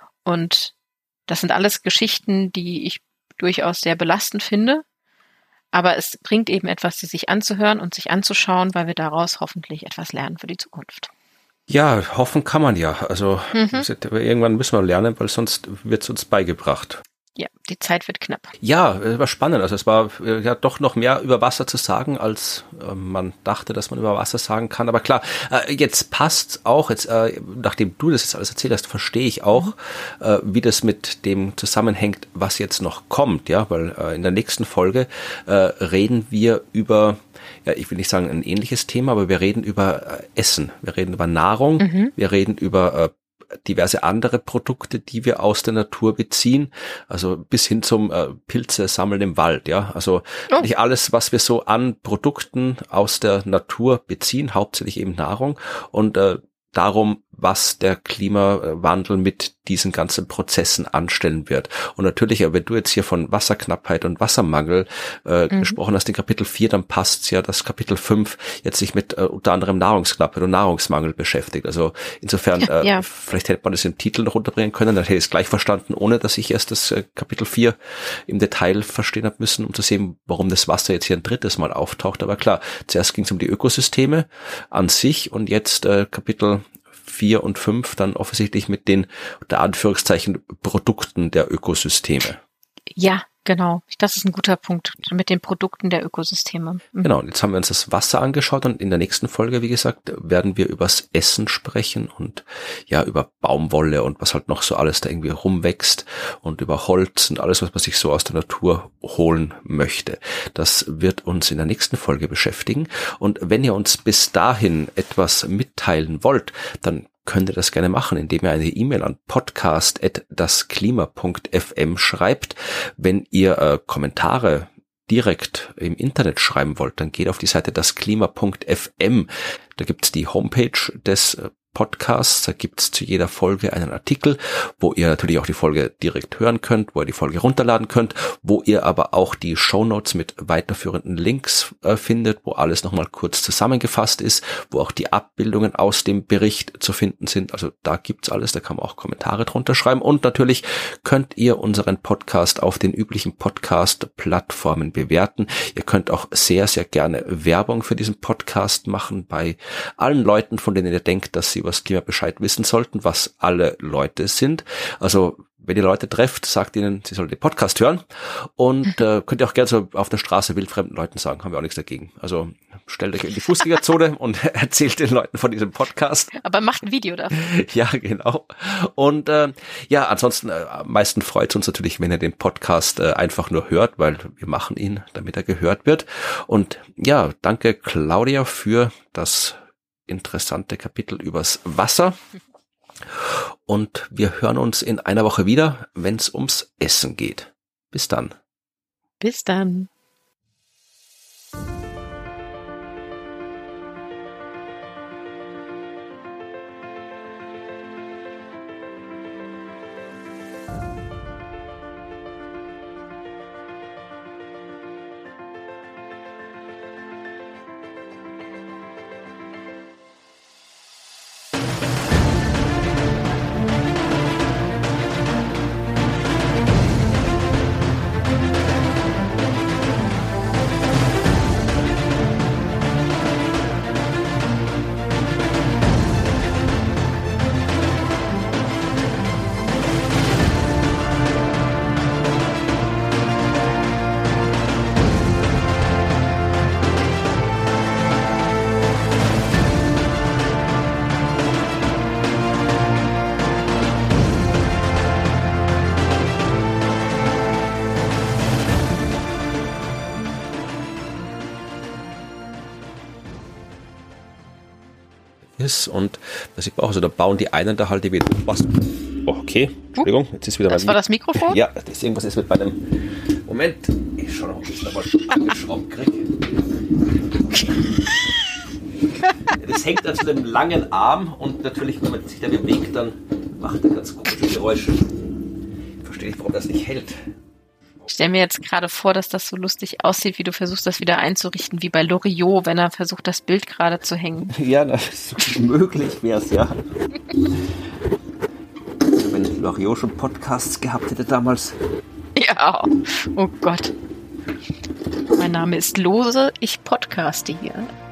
und das sind alles Geschichten, die ich durchaus sehr belastend finde. Aber es bringt eben etwas, sie sich anzuhören und sich anzuschauen, weil wir daraus hoffentlich etwas lernen für die Zukunft. Ja, hoffen kann man ja. Also Mhm. irgendwann müssen wir lernen, weil sonst wird es uns beigebracht. Ja, die Zeit wird knapp. Ja, es war spannend. Also es war äh, ja doch noch mehr über Wasser zu sagen, als äh, man dachte, dass man über Wasser sagen kann. Aber klar, äh, jetzt passt's auch. Jetzt, äh, nachdem du das jetzt alles erzählt hast, verstehe ich auch, mhm. äh, wie das mit dem zusammenhängt, was jetzt noch kommt. Ja, weil äh, in der nächsten Folge äh, reden wir über, ja, ich will nicht sagen ein ähnliches Thema, aber wir reden über äh, Essen, wir reden über Nahrung, mhm. wir reden über äh, diverse andere Produkte, die wir aus der Natur beziehen, also bis hin zum äh, Pilze sammeln im Wald, ja, also oh. nicht alles, was wir so an Produkten aus der Natur beziehen, hauptsächlich eben Nahrung und äh, darum, was der Klimawandel mit diesen ganzen Prozessen anstellen wird. Und natürlich, wenn du jetzt hier von Wasserknappheit und Wassermangel äh, mhm. gesprochen hast in Kapitel vier, dann passt's ja, dass Kapitel fünf jetzt sich mit äh, unter anderem Nahrungsknappheit und Nahrungsmangel beschäftigt. Also insofern, äh, ja. vielleicht hätte man das im Titel noch unterbringen können, dann hätte ich es gleich verstanden, ohne dass ich erst das äh, Kapitel vier im Detail verstehen habe müssen, um zu sehen, warum das Wasser jetzt hier ein drittes Mal auftaucht. Aber klar, zuerst ging es um die Ökosysteme an sich und jetzt äh, Kapitel vier und fünf dann offensichtlich mit den, unter Anführungszeichen, Produkten der Ökosysteme. Ja, genau. Das ist ein guter Punkt mit den Produkten der Ökosysteme. Mhm. Genau, und jetzt haben wir uns das Wasser angeschaut und in der nächsten Folge, wie gesagt, werden wir übers Essen sprechen und ja, über Baumwolle und was halt noch so alles da irgendwie rumwächst und über Holz und alles, was man sich so aus der Natur holen möchte. Das wird uns in der nächsten Folge beschäftigen. Und wenn ihr uns bis dahin etwas mitteilen wollt, dann könnt ihr das gerne machen, indem ihr eine E-Mail an podcast at dasklima punkt f m schreibt. Wenn ihr äh, Kommentare direkt im Internet schreiben wollt, dann geht auf die Seite dasklima punkt f m. Da gibt's die Homepage des äh, Podcasts, da gibt's zu jeder Folge einen Artikel, wo ihr natürlich auch die Folge direkt hören könnt, wo ihr die Folge runterladen könnt, wo ihr aber auch die Shownotes mit weiterführenden Links äh, findet, wo alles nochmal kurz zusammengefasst ist, wo auch die Abbildungen aus dem Bericht zu finden sind. Also da gibt's alles, da kann man auch Kommentare drunter schreiben und natürlich könnt ihr unseren Podcast auf den üblichen Podcast-Plattformen bewerten. Ihr könnt auch sehr, sehr gerne Werbung für diesen Podcast machen bei allen Leuten, von denen ihr denkt, dass sie über das Klima Bescheid wissen sollten, was alle Leute sind. Also wenn ihr Leute trefft, sagt ihnen, sie sollen den Podcast hören und äh, könnt ihr auch gerne so auf der Straße wildfremden Leuten sagen, haben wir auch nichts dagegen. Also stellt euch in die Fußgängerzone und erzählt den Leuten von diesem Podcast. Aber macht ein Video davon. Ja, genau. Und äh, ja, ansonsten äh, am meisten freut es uns natürlich, wenn ihr den Podcast äh, einfach nur hört, weil wir machen ihn, damit er gehört wird. Und ja, danke Claudia für das interessante Kapitel übers Wasser. Und wir hören uns in einer Woche wieder, wenn es ums Essen geht. Bis dann. Bis dann. ist und das sieht man auch, also da bauen die einen da halt wieder was. Oh, okay, Entschuldigung, jetzt ist wieder das mein war das Mikrofon? Ja, das ist irgendwas ist mit meinem Moment, ich schau noch, ob ich das mal geschraubt kriege. Das hängt da zu dem langen Arm und natürlich, wenn man sich da bewegt, dann macht er ganz komische Geräusche. Ich verstehe nicht, warum das nicht hält. Ich stelle mir jetzt gerade vor, dass das so lustig aussieht, wie du versuchst, das wieder einzurichten, wie bei Loriot, wenn er versucht, das Bild gerade zu hängen. Ja, das ist möglich wäre es, ja. Wenn Loriot schon Podcasts gehabt hätte damals. Ja, oh Gott. Mein Name ist Lose, ich podcaste hier.